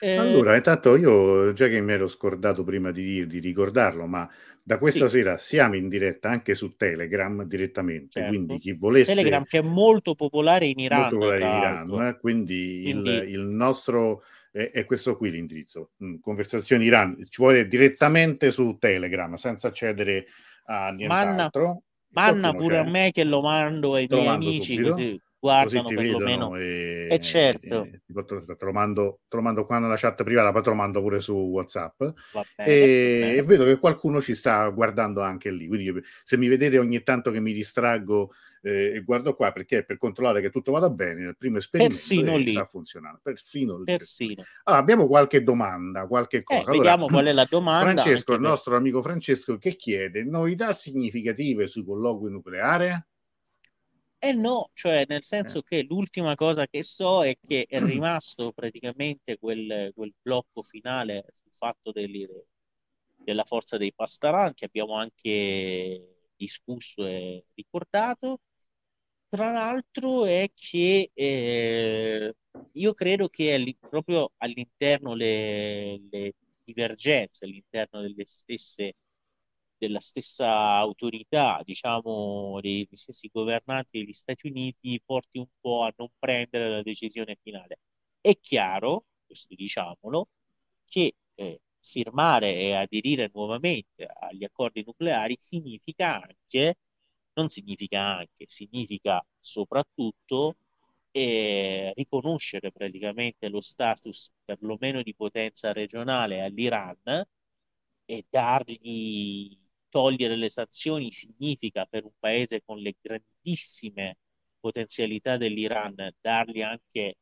Allora, intanto io già che mi ero scordato prima di ricordarlo, ma da questa Sì, sera siamo in diretta anche su Telegram direttamente, quindi certo. chi volesse, Telegram che è molto popolare in molto Iran, popolare tra in l'altro. Iran, quindi Quindi il nostro è questo qui l'indirizzo, Conversazioni Iran, ci vuole direttamente su Telegram, senza accedere a manna, nient'altro. manna Qualcuno pure a c'è? me che lo mando ai Te lo miei mando amici, subito, così così guardano ti vedono perlomeno. E certo, te lo mando qua nella chat privata, poi te lo mando pure su WhatsApp. va bene, va E bene. vedo che qualcuno ci sta guardando anche lì. Quindi se mi vedete ogni tanto che mi distraggo e guardo qua, perché è per controllare che tutto vada bene, il primo esperimento Persino e lì, sta funzionando. Perfino lì, perfino lì. persino. Allora, abbiamo qualche domanda, qualche cosa. Allora, Vediamo qual è la domanda, Francesco, anche il per... nostro amico Francesco, che chiede novità significative sul colloquio nucleare? Eh no, cioè nel Eh. senso che l'ultima cosa che so è che è rimasto praticamente quel blocco finale sul fatto della forza dei Pastaran, che abbiamo anche discusso e ricordato. Tra l'altro è che io credo che proprio all'interno le divergenze, all'interno della stessa autorità, diciamo, dei stessi governanti degli Stati Uniti porti un po' a non prendere la decisione finale. È chiaro, questo diciamolo, che firmare e aderire nuovamente agli accordi nucleari non significa anche, significa soprattutto riconoscere praticamente lo status perlomeno di potenza regionale all'Iran e togliere le sanzioni significa per un paese con le grandissime potenzialità dell'Iran dargli anche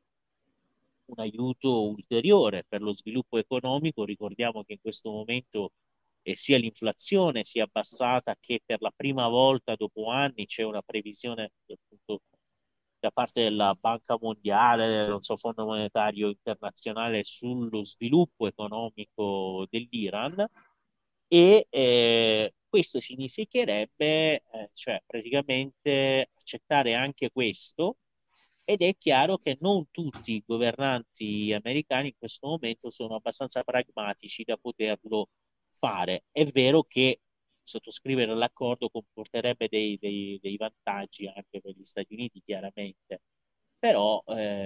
un aiuto ulteriore per lo sviluppo economico. Ricordiamo che in questo momento sia l'inflazione si è abbassata che per la prima volta dopo anni c'è una previsione appunto, da parte della Banca Mondiale, non so, Fondo Monetario Internazionale sullo sviluppo economico dell'Iran e questo significherebbe, cioè praticamente accettare anche questo ed è chiaro che non tutti i governanti americani in questo momento sono abbastanza pragmatici da poterlo fare. È vero che sottoscrivere l'accordo comporterebbe dei vantaggi anche per gli Stati Uniti, chiaramente, però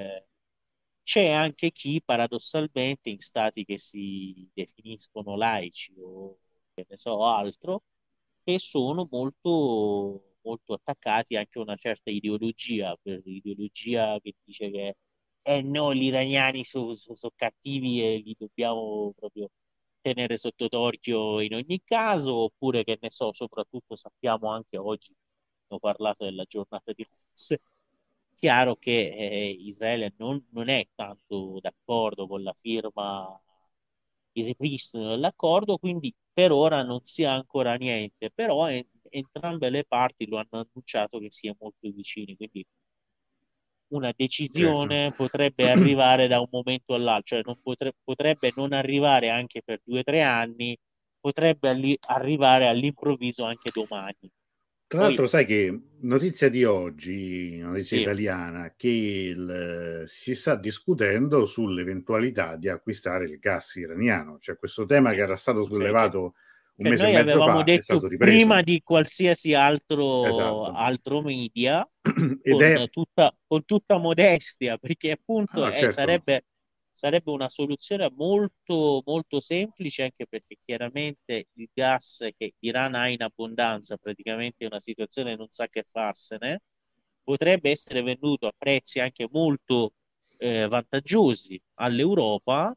c'è anche chi paradossalmente in stati che si definiscono laici o che ne so altro, che sono molto, molto attaccati anche a una certa ideologia, per ideologia che dice che no, gli iraniani sono cattivi e li dobbiamo proprio tenere sotto torchio in ogni caso, oppure che ne so, soprattutto sappiamo anche oggi, ho parlato della giornata di Quds, chiaro che Israele non è tanto d'accordo con la firma, il ripristino dell'accordo, quindi per ora non si ha ancora niente, però entrambe le parti lo hanno annunciato che si è molto vicini, quindi una Certo. decisione potrebbe arrivare da un momento all'altro, cioè potrebbe non arrivare anche per 2 o 3 anni, potrebbe arrivare all'improvviso anche domani. Tra Poi l'altro sai che notizia di oggi, notizia sì, italiana, che si sta discutendo sull'eventualità di acquistare il gas iraniano, cioè questo tema che era stato cioè, che sollevato un che mese e noi mezzo avevamo fa è detto stato prima ripreso. di qualsiasi Esatto. altro media, Ed è... con tutta modestia, perché appunto Ah, certo, sarebbe una soluzione molto, molto semplice, anche perché chiaramente il gas che l'Iran ha in abbondanza, praticamente è una situazione che non sa che farsene, potrebbe essere venduto a prezzi anche molto vantaggiosi all'Europa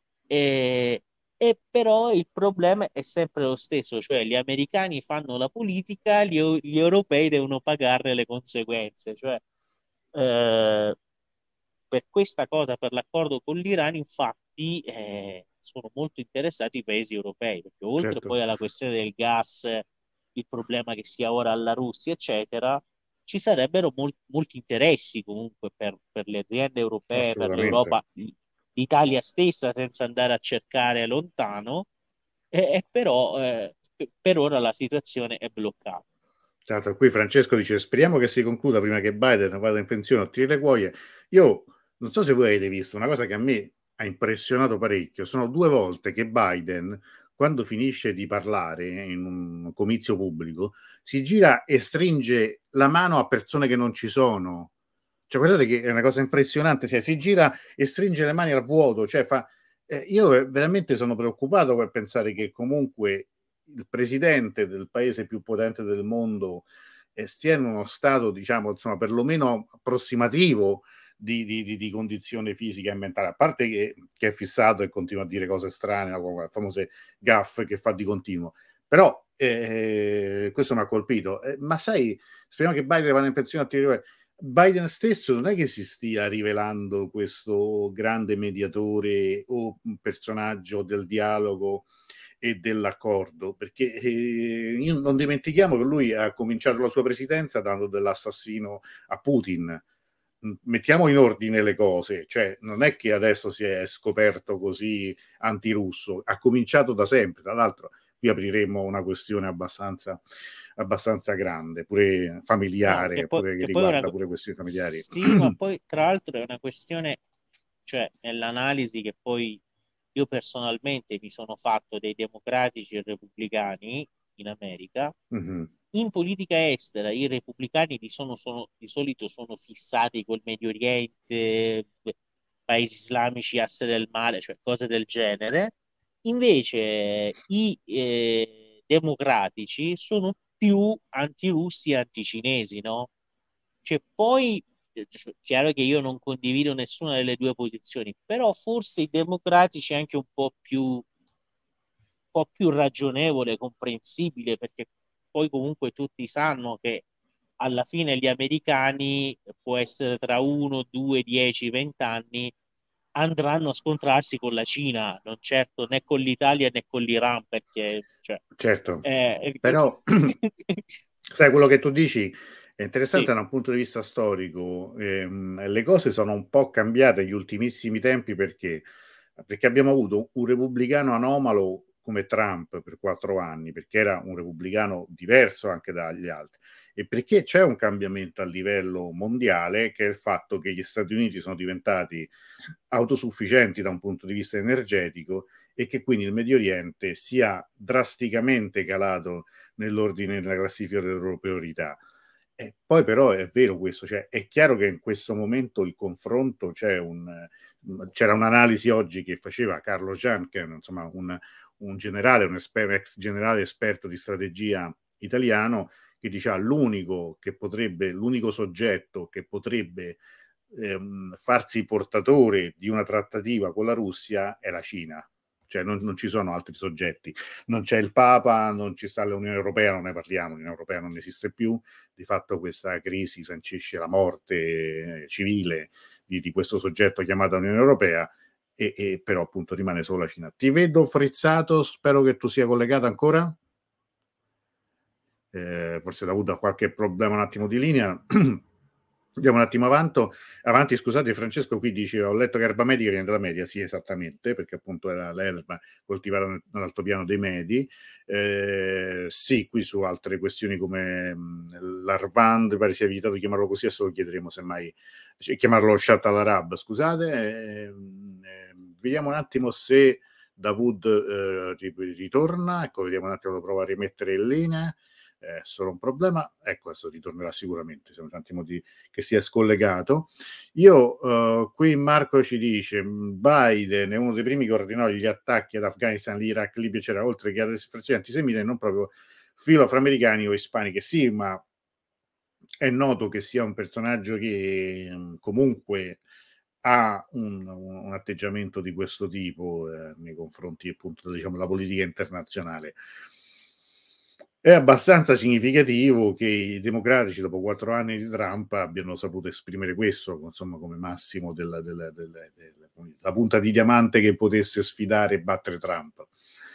e, e però il problema è sempre lo stesso, cioè gli americani fanno la politica, gli europei devono pagarne le conseguenze. Cioè, eh, per questa cosa, per l'accordo con l'Iran, infatti, sono molto interessati i paesi europei, perché oltre certo, poi alla questione del gas, il problema che sia ora alla Russia, eccetera, ci sarebbero molti interessi comunque per le aziende europee, per assolutamente. l'Europa, l'Italia stessa, senza andare a cercare lontano, e però per ora la situazione è bloccata. Tra l'altro qui Francesco dice speriamo che si concluda prima che Biden vada in pensione o tiri le cuoie. Io non so se voi avete visto una cosa che a me ha impressionato parecchio sono 2 volte che Biden, quando finisce di parlare in un comizio pubblico, si gira e stringe la mano a persone che non ci sono. Cioè, guardate che è una cosa impressionante, cioè si gira e stringe le mani al vuoto, cioè io veramente sono preoccupato per pensare che comunque il presidente del paese più potente del mondo stia in uno stato, diciamo, insomma, perlomeno approssimativo di condizione fisica e mentale, a parte che è fissato e continua a dire cose strane, come le famose gaffe che fa di continuo. Però questo mi ha colpito. Ma sai, speriamo che Biden vada in pensione a Biden stesso non è che si stia rivelando questo grande mediatore o un personaggio del dialogo e dell'accordo, perché non dimentichiamo che lui ha cominciato la sua presidenza dando dell'assassino a Putin. Mettiamo in ordine le cose, cioè non è che adesso si è scoperto così antirusso, ha cominciato da sempre. Tra l'altro qui apriremo una questione abbastanza grande, pure No, familiare, pure che che poi è riguarda pure questioni familiari. sì, ma poi tra l'altro è una questione, cioè nell'analisi che poi io personalmente mi sono fatto dei democratici e repubblicani in America, Mhm. in politica estera i repubblicani di solito sono fissati col Medio Oriente, paesi islamici, asse del mare, cioè cose del genere. Invece i democratici sono più antirussi e anticinesi, no? Cioè, poi, cioè, chiaro che io non condivido nessuna delle due posizioni, però forse i democratici è anche un po' più ragionevole, comprensibile, perché poi comunque tutti sanno che alla fine gli americani, può essere tra 1, 2, 10, 20 anni, andranno a scontrarsi con la Cina, non certo né con l'Italia né con l'Iran, perché cioè, Certo, eh, però sai quello che tu dici è sì, interessante da un punto di vista storico. Le cose sono un po' cambiate negli ultimissimi tempi perché abbiamo avuto un repubblicano anomalo come Trump per 4 anni, perché era un repubblicano diverso anche dagli altri, e perché c'è un cambiamento a livello mondiale, che è il fatto che gli Stati Uniti sono diventati autosufficienti da un punto di vista energetico e che quindi il Medio Oriente sia drasticamente calato nell'ordine della classifica delle loro priorità. E poi però è vero questo, cioè è chiaro che in questo momento il confronto c'era un'analisi oggi che faceva Carlo Gian, che è insomma un generale, ex generale esperto di strategia italiano, che diceva l'unico soggetto che potrebbe farsi portatore di una trattativa con la Russia è la Cina. Cioè non ci sono altri soggetti, non c'è il Papa, non ci sta l'Unione Europea, non ne parliamo, l'Unione Europea non esiste più, di fatto questa crisi sancisce la morte civile di questo soggetto chiamato Unione Europea, e però appunto rimane solo la Cina. Ti vedo frizzato, spero che tu sia collegato ancora. Forse ha avuto qualche problema un attimo di linea. Andiamo un attimo avanti, scusate Francesco, qui dice ho letto che erba medica viene dalla media, sì esattamente, perché appunto era l'erba coltivata nell'altopiano dei Medi. Sì, qui su altre questioni come l'Arvand, pare sia vietato chiamarlo così, adesso lo chiederemo semmai, cioè, chiamarlo Shatt al-Arab, scusate. Vediamo un attimo se Davud ritorna, ecco, vediamo un attimo, lo provo a rimettere in linea. È solo un problema, ecco, adesso ritornerà sicuramente, siamo un attimo che si è scollegato. Qui Marco ci dice Biden è uno dei primi che ordinò gli attacchi ad Afghanistan, Iraq, Libia, c'era oltre che alle espressioni antisemite e non proprio filo afroamericani o ispaniche. Sì, ma è noto che sia un personaggio che comunque ha un atteggiamento di questo tipo nei confronti appunto diciamo della politica internazionale. È abbastanza significativo che i democratici, dopo 4 anni di Trump, abbiano saputo esprimere questo, insomma, come massimo della punta di diamante che potesse sfidare e battere Trump.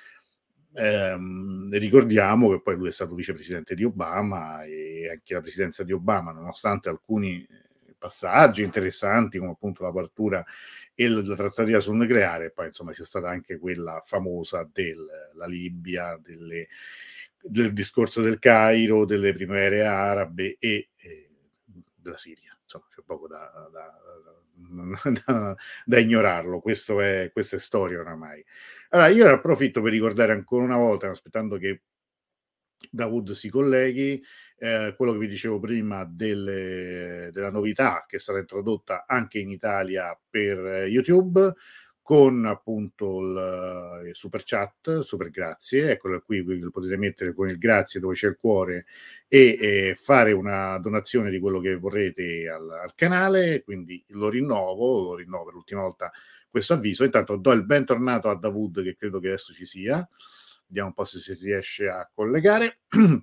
Ricordiamo che poi lui è stato vicepresidente di Obama, e anche la presidenza di Obama, nonostante alcuni passaggi interessanti come appunto l'apertura e la trattativa sul nucleare, poi insomma c'è stata anche quella famosa della Libia, del discorso del Cairo, delle primavere arabe e della Siria. Insomma c'è poco da ignorarlo, questo è storia oramai. Allora, io ne approfitto per ricordare ancora una volta, aspettando che Dawood si colleghi, quello che vi dicevo prima della novità che sarà introdotta anche in Italia per YouTube, con appunto il super chat, super grazie, eccolo qui, lo potete mettere con il grazie dove c'è il cuore e fare una donazione di quello che vorrete al canale, quindi lo rinnovo per l'ultima volta questo avviso. Intanto do il bentornato a Dawood, che credo che adesso ci sia. Vediamo un po' se si riesce a collegare.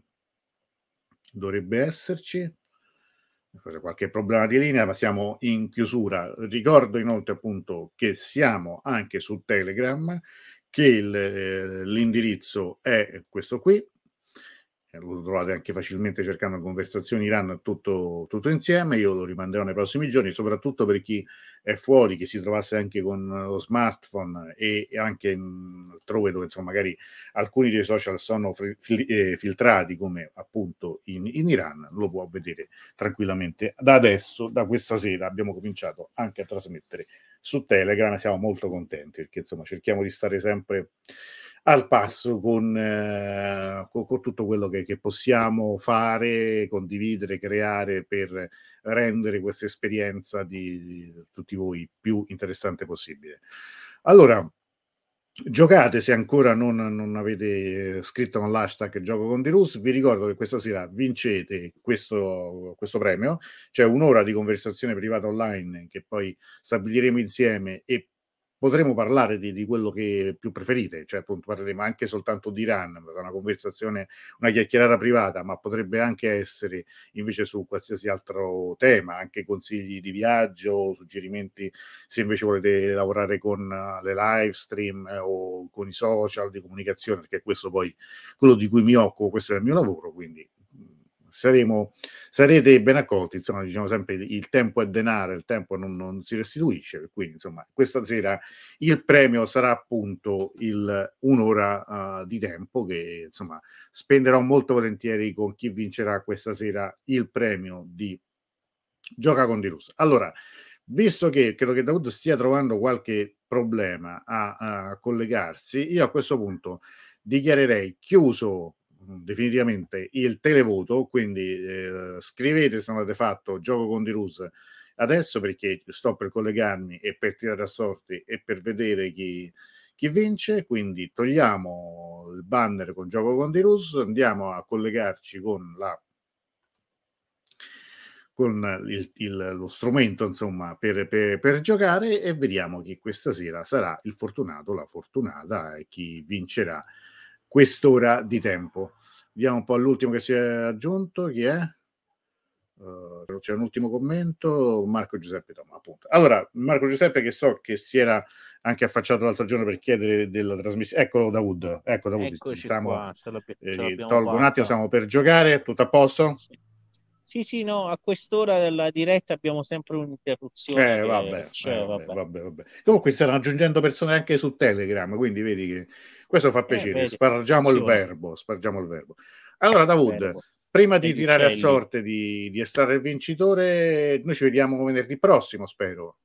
Dovrebbe esserci. Forse qualche problema di linea, ma siamo in chiusura. Ricordo inoltre appunto che siamo anche su Telegram, che l'indirizzo è questo qui. Lo trovate anche facilmente cercando Conversazioni Iran tutto insieme. Io lo rimanderò nei prossimi giorni, soprattutto per chi è fuori, che si trovasse anche con lo smartphone e anche altrove dove insomma magari alcuni dei social sono filtrati, come appunto in Iran, lo può vedere tranquillamente. Da adesso, da questa sera, abbiamo cominciato anche a trasmettere su Telegram. Siamo molto contenti perché insomma cerchiamo di stare sempre al passo con tutto quello che possiamo fare, condividere, creare per rendere questa esperienza di tutti voi più interessante possibile. Allora, giocate se ancora non avete scritto con l'hashtag Gioco con Dirus. Vi ricordo che questa sera vincete questo premio, cioè un'ora di conversazione privata online che poi stabiliremo insieme e potremo parlare di quello che più preferite, cioè appunto parleremo anche soltanto di Iran, una conversazione, una chiacchierata privata, ma potrebbe anche essere invece su qualsiasi altro tema, anche consigli di viaggio, suggerimenti se invece volete lavorare con le live stream o con i social di comunicazione, perché questo poi quello di cui mi occupo, questo è il mio lavoro, quindi sarete ben accolti. Insomma, diciamo sempre il tempo è denaro, il tempo non si restituisce, quindi insomma questa sera il premio sarà appunto un'ora di tempo che insomma spenderò molto volentieri con chi vincerà questa sera il premio di Gioca con Dirus. Allora, visto che credo che Dawood stia trovando qualche problema a collegarsi, io a questo punto dichiarerei chiuso definitivamente il televoto, quindi scrivete se non avete fatto Gioco con Dirus adesso, perché sto per collegarmi e per tirare a sorte e per vedere chi vince. Quindi togliamo il banner con Gioco con Dirus, andiamo a collegarci con lo strumento insomma per giocare e vediamo chi questa sera sarà il fortunato, la fortunata e chi vincerà quest'ora di tempo. Vediamo un po' l'ultimo che si è aggiunto, chi è? C'è un ultimo commento, Marco Giuseppe Toma, appunto. Allora, Marco Giuseppe, che so che si era anche affacciato l'altro giorno per chiedere della trasmissione. Ecco Dawood, Eccoci qua, ce l'abbiamo tolgo un attimo, fatta. stiamo per giocare, tutto a posto? Sì, no, a quest'ora della diretta abbiamo sempre un'interruzione che c'è, vabbè. Vabbè. Comunque stanno aggiungendo persone anche su Telegram, quindi vedi che questo fa piacere. Vedi, Spargiamo il funziona. verbo. Allora, Dawood, Verbo prima di degli tirare a uccelli. sorte di estrarre il vincitore, noi ci vediamo venerdì prossimo, spero.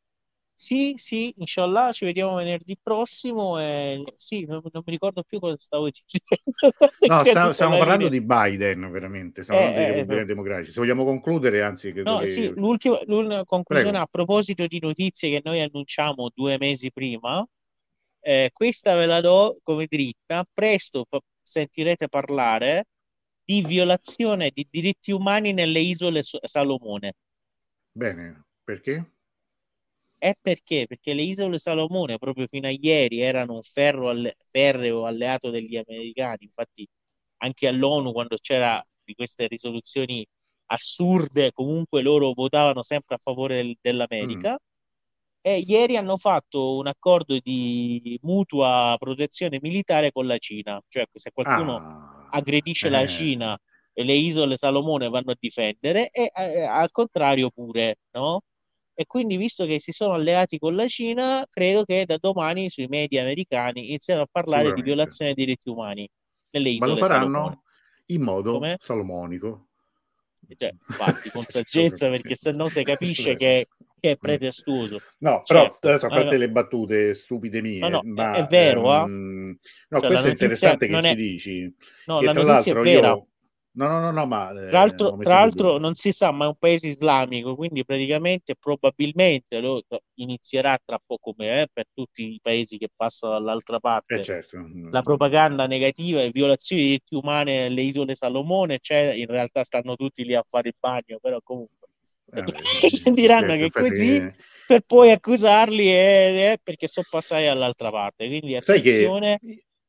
Sì, inshallah, ci vediamo venerdì prossimo. Sì, non mi ricordo più cosa stavo dicendo. È No, caduta stiamo la parlando linea. di Biden, veramente. Stiamo parlando dei repubblicani democratici. Se vogliamo concludere, anzi, credo No, sì, che... l'ultima conclusione Prego. a proposito di notizie che noi annunciamo 2 mesi prima. Questa ve la do come dritta. Presto sentirete parlare di violazione di diritti umani nelle isole Salomone. Bene, perché? E perché? Perché le isole Salomone proprio fino a ieri erano un ferreo alleato degli americani. Infatti anche all'ONU quando c'era di queste risoluzioni assurde, comunque loro votavano sempre a favore Mm. dell'America. E ieri hanno fatto un accordo di mutua protezione militare con la Cina, cioè se qualcuno Ah, aggredisce la Cina e le isole Salomone vanno a difendere e al contrario pure, no? E quindi visto che si sono alleati con la Cina, credo che da domani sui media americani inizieranno a parlare di sicuramente. violazione dei diritti umani nelle Ma lo isole Salomone. faranno in modo Come? salomonico. Cioè, infatti, con saggezza, perché se no si capisce che che è pretestuoso. No, però Certo, adesso, a parte le battute stupide no, mie, no, è ma vero, no, cioè la questo è notizia interessante che non ci è, dici. no, E la tra notizia è l'altro vera. io, no, ma non lo Tra metto in dubbio. l'altro non si sa, ma è un paese islamico, quindi praticamente probabilmente lo inizierà tra poco, come per tutti i paesi che passano dall'altra parte, Certo. la propaganda negativa e violazioni di diritti umani nelle isole Salomone, cioè in realtà stanno tutti lì a fare il bagno, però comunque diranno che è Infatti, così per poi accusarli perché sono passati dall'altra parte, quindi sai che attenzione.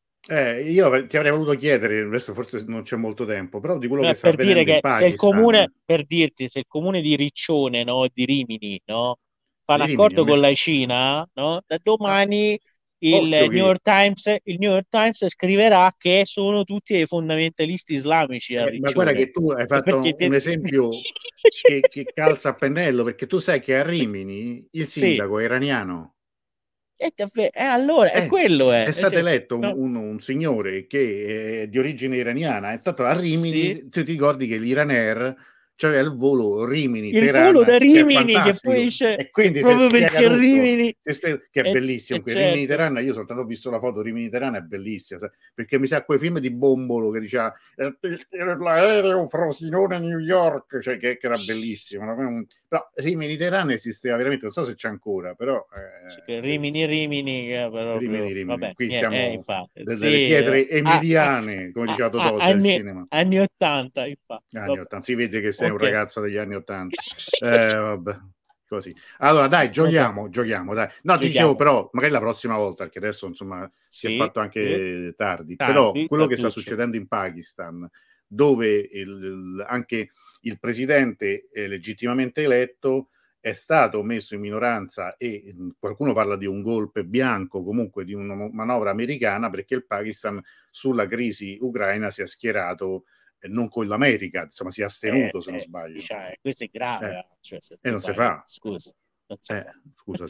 io ti avrei voluto chiedere, adesso forse non c'è molto tempo, però di quello No, che è sta per dire avvenendo in che se il comune, Pakistan, per dirti, se il comune di Riccione, no, di Rimini, no, fa un di Rimini, accordo con la Cina, no, da ah, domani occhio che Il New York Times scriverà che sono tutti dei fondamentalisti islamici a ma guarda Riccione. che tu hai E perché fatto un esempio che calza a pennello, perché tu sai che a Rimini il sì, sindaco è iraniano. allora, è quello È stato cioè, eletto no, un signore che è di origine iraniana. E tanto a sì. Rimini, tu ti ricordi che l'Iran Air c'aveva il volo Il volo da Rimini-Teheran, che è Rimini, che poi fantastico. dice, E è quindi si proprio spiega perché tutto. Rimini, Che è bellissimo. è Che certo. Rimini-Teheran, io soltanto ho visto la foto Rimini-Teheran, è bellissima. Perché mi sa quei film di Bombolo che diceva l'aereo Frosinone New York, cioè che era bellissimo. Però Rimini-Teheran esisteva veramente, non so se c'è ancora, però Sì, è Rimini, bellissimo. Rimini, proprio, Rimini. vabbè, Qui siamo infatti, delle sì, pietre emiliane, come diceva Totò del cinema. anni 80, infatti, Anni vabbè, 80, si vede che sei un ok, ragazzo degli anni 80. Vabbè, così. Allora, dai, vabbè, giochiamo, dai. No, ti dicevo giochiamo, però, magari la prossima volta, perché adesso, insomma, si è sì, fatto sì, anche tardi, però tardi, quello che sta tarduccio, succedendo in Pakistan, dove anche il presidente legittimamente eletto è stato messo in minoranza e qualcuno parla di un golpe bianco, comunque di una manovra americana, perché il Pakistan sulla crisi ucraina si è schierato non con l'America, insomma si è astenuto se non sbaglio. diciamo, questo è grave, Eh, cioè, se e tu non si fai, fa. scusa, non si fa, Scusa,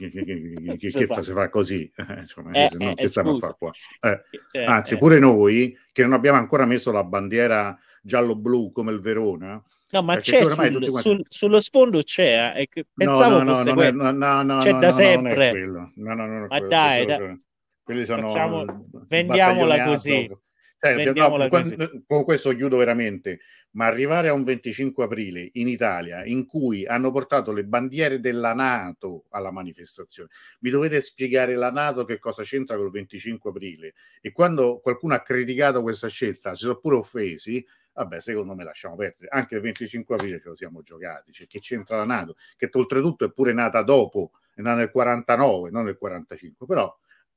non si che fa, fa? Si fa così? Insomma, se no, che stiamo a scusa, fare qua? cioè, Anzi, pure noi che non abbiamo ancora messo la bandiera giallo-blu come il Verona, no, ma perché c'è qui oramai tutti quanti... sullo sfondo c'è, No, pensavo no, no, fosse non è, quello, no, no, no, c'è no, da no, no, non è sempre, quello. No, no, non è ma quello. dai, Quelli sono facciamo, il vendiamola battaglione così, Azov. No, vendiamola così. con questo chiudo veramente. Ma arrivare a un 25 aprile in Italia in cui hanno portato le bandiere della NATO alla manifestazione, mi dovete spiegare la NATO che cosa c'entra col 25 aprile? E quando qualcuno ha criticato questa scelta, si sono pure offesi. Vabbè, secondo me lasciamo perdere. Anche il 25 aprile ce lo siamo giocati. Cioè, che c'entra la NATO? Che oltretutto è pure nata dopo, è nata nel 49, non nel 45. Però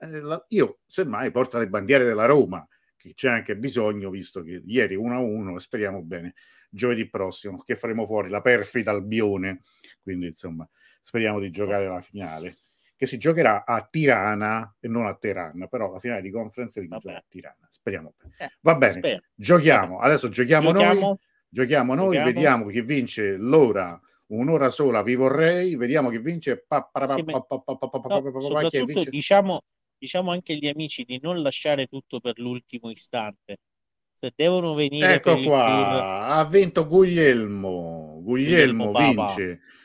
io, semmai, porto le bandiere della Roma, che c'è anche bisogno, visto che ieri 1-1, speriamo bene, giovedì prossimo, che faremo fuori la perfida Albione. Quindi, insomma, speriamo di giocare la finale, che si giocherà a Tirana e non a Teheran, però la finale di Conference League gioca a Tirana. Speriamo bene. Va bene, Spero. Vabbè. giochiamo. Adesso Giochiamo, giochiamo noi, giochiamo. vediamo chi vince l'ora, un'ora sola, vi vorrei, vediamo chi vince. Sì, no, Chi è soprattutto vince? diciamo anche agli amici di non lasciare tutto per l'ultimo istante. Se devono venire per Ecco il tour, qua, ha vinto Guglielmo. Guglielmo Guglielmo Papa,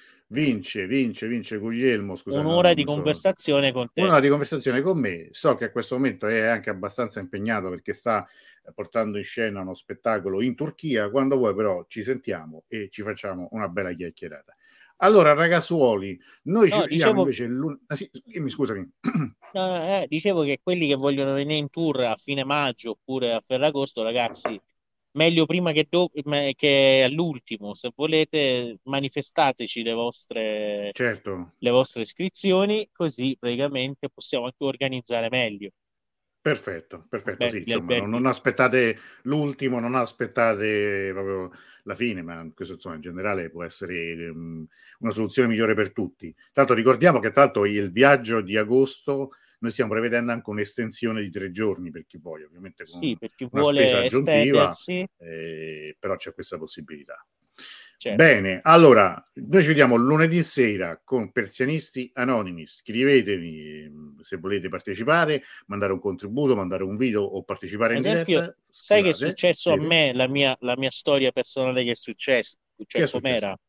vince Guglielmo. Scusa, un'ora no, di mi sto... conversazione con te. Una di conversazione con me. So che a questo momento è anche abbastanza impegnato perché sta portando in scena uno spettacolo in Turchia. Quando vuoi, però, ci sentiamo e ci facciamo una bella chiacchierata. Allora, ragazzuoli, noi ci No, vediamo dicevo, invece sì, scusami. dicevo che quelli che vogliono venire in tour a fine maggio oppure a Ferragosto, ragazzi, meglio prima che all'ultimo. Se volete, manifestateci Certo. le vostre iscrizioni, così praticamente possiamo anche organizzare meglio. Perfetto, sì, Gli insomma, alberghi. non aspettate l'ultimo, non aspettate proprio la fine, ma questo insomma in generale può essere una soluzione migliore per tutti. Tra l'altro ricordiamo che tra l'altro il viaggio di agosto noi stiamo prevedendo anche un'estensione di 3 giorni per chi voglia, ovviamente Sì, con per chi una spesa vuole aggiuntiva, estendersi, però c'è questa possibilità. certo. Bene, allora, noi ci vediamo lunedì sera con Persianisti Anonimi. Scrivetemi se volete partecipare, mandare un contributo, mandare un video o partecipare Ad in esempio, diretta. sai che è Scrivate, successo a scrivete. me, la mia storia personale che è successo, Che cioè è successo? com'era?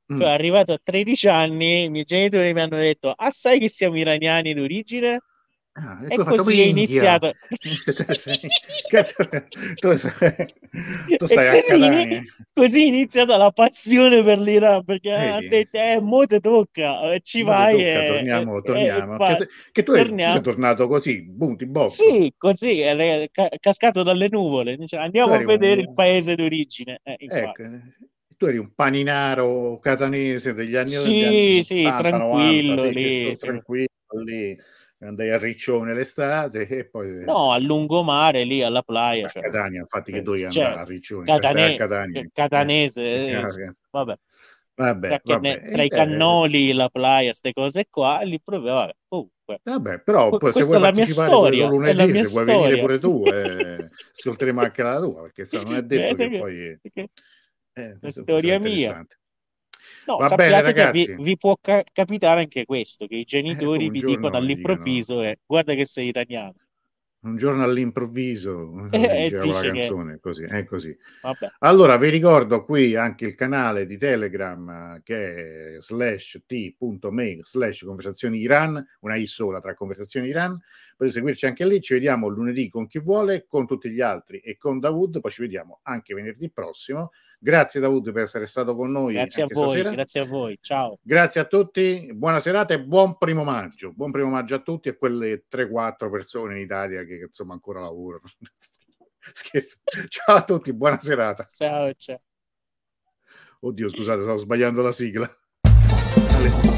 Cioè, arrivato a 13 anni, i miei genitori mi hanno detto: Ah, sai che siamo iraniani d'origine? E tu E hai fatto così è minchia. iniziato. Che tu, tu E stai a Catania. così è iniziata la passione per l'Iran, perché ha Vedi? detto, mo te tocca, ci Mo te vai tocca, torniamo. vai. Che tu sei Torniamo. tornato così, boom, di botto. Sì, così, è cascato dalle nuvole. Dice, Tu andiamo a eri vedere il paese d'origine. Infatti. ecco, tu eri un paninaro catanese degli anni Sì, sì, 80, 90, tranquillo sì, che lì. tu tranquillo lì, andai a Riccione l'estate e poi No, a lungomare lì alla playa, a Catania, infatti che dovevi andare cioè, a Riccione, cioè stai a Catania. catanese, Eh. vabbè. Vabbè, vabbè. Tra i cannoli, la playa, queste cose qua, lì proprio, vabbè, comunque, Vabbè, però poi se questa vuoi è la mia partecipare pure tu storia, è la lunedì, mia se vuoi venire storia. pure tu, ascolteremo anche la tua, perché non è detto che Vedete poi che è può essere storia mia. interessante. No, Va bene, sappiate che ragazzi. vi può capitare anche questo, che i genitori Un vi dicono giorno gli dicano, all'improvviso, guarda che sei italiano. un giorno all'improvviso, come E diceva quella dice che, canzone, è così. vabbè, Allora, vi ricordo qui anche il canale di Telegram che è /t.me/conversazioni Iran, una I sola tra conversazioni Iran. Potete seguirci anche lì. Ci vediamo lunedì con chi vuole, con tutti gli altri e con Dawood. Poi ci vediamo anche venerdì prossimo. Grazie Dawood per essere stato con noi anche stasera. grazie a voi, ciao. Grazie a tutti, buona serata e buon primo maggio. Buon primo maggio a tutti e quelle 3-4 persone in Italia che insomma ancora lavorano. Scherzo. Ciao a tutti, buona serata. Ciao, ciao. Oddio, scusate, stavo sbagliando la sigla.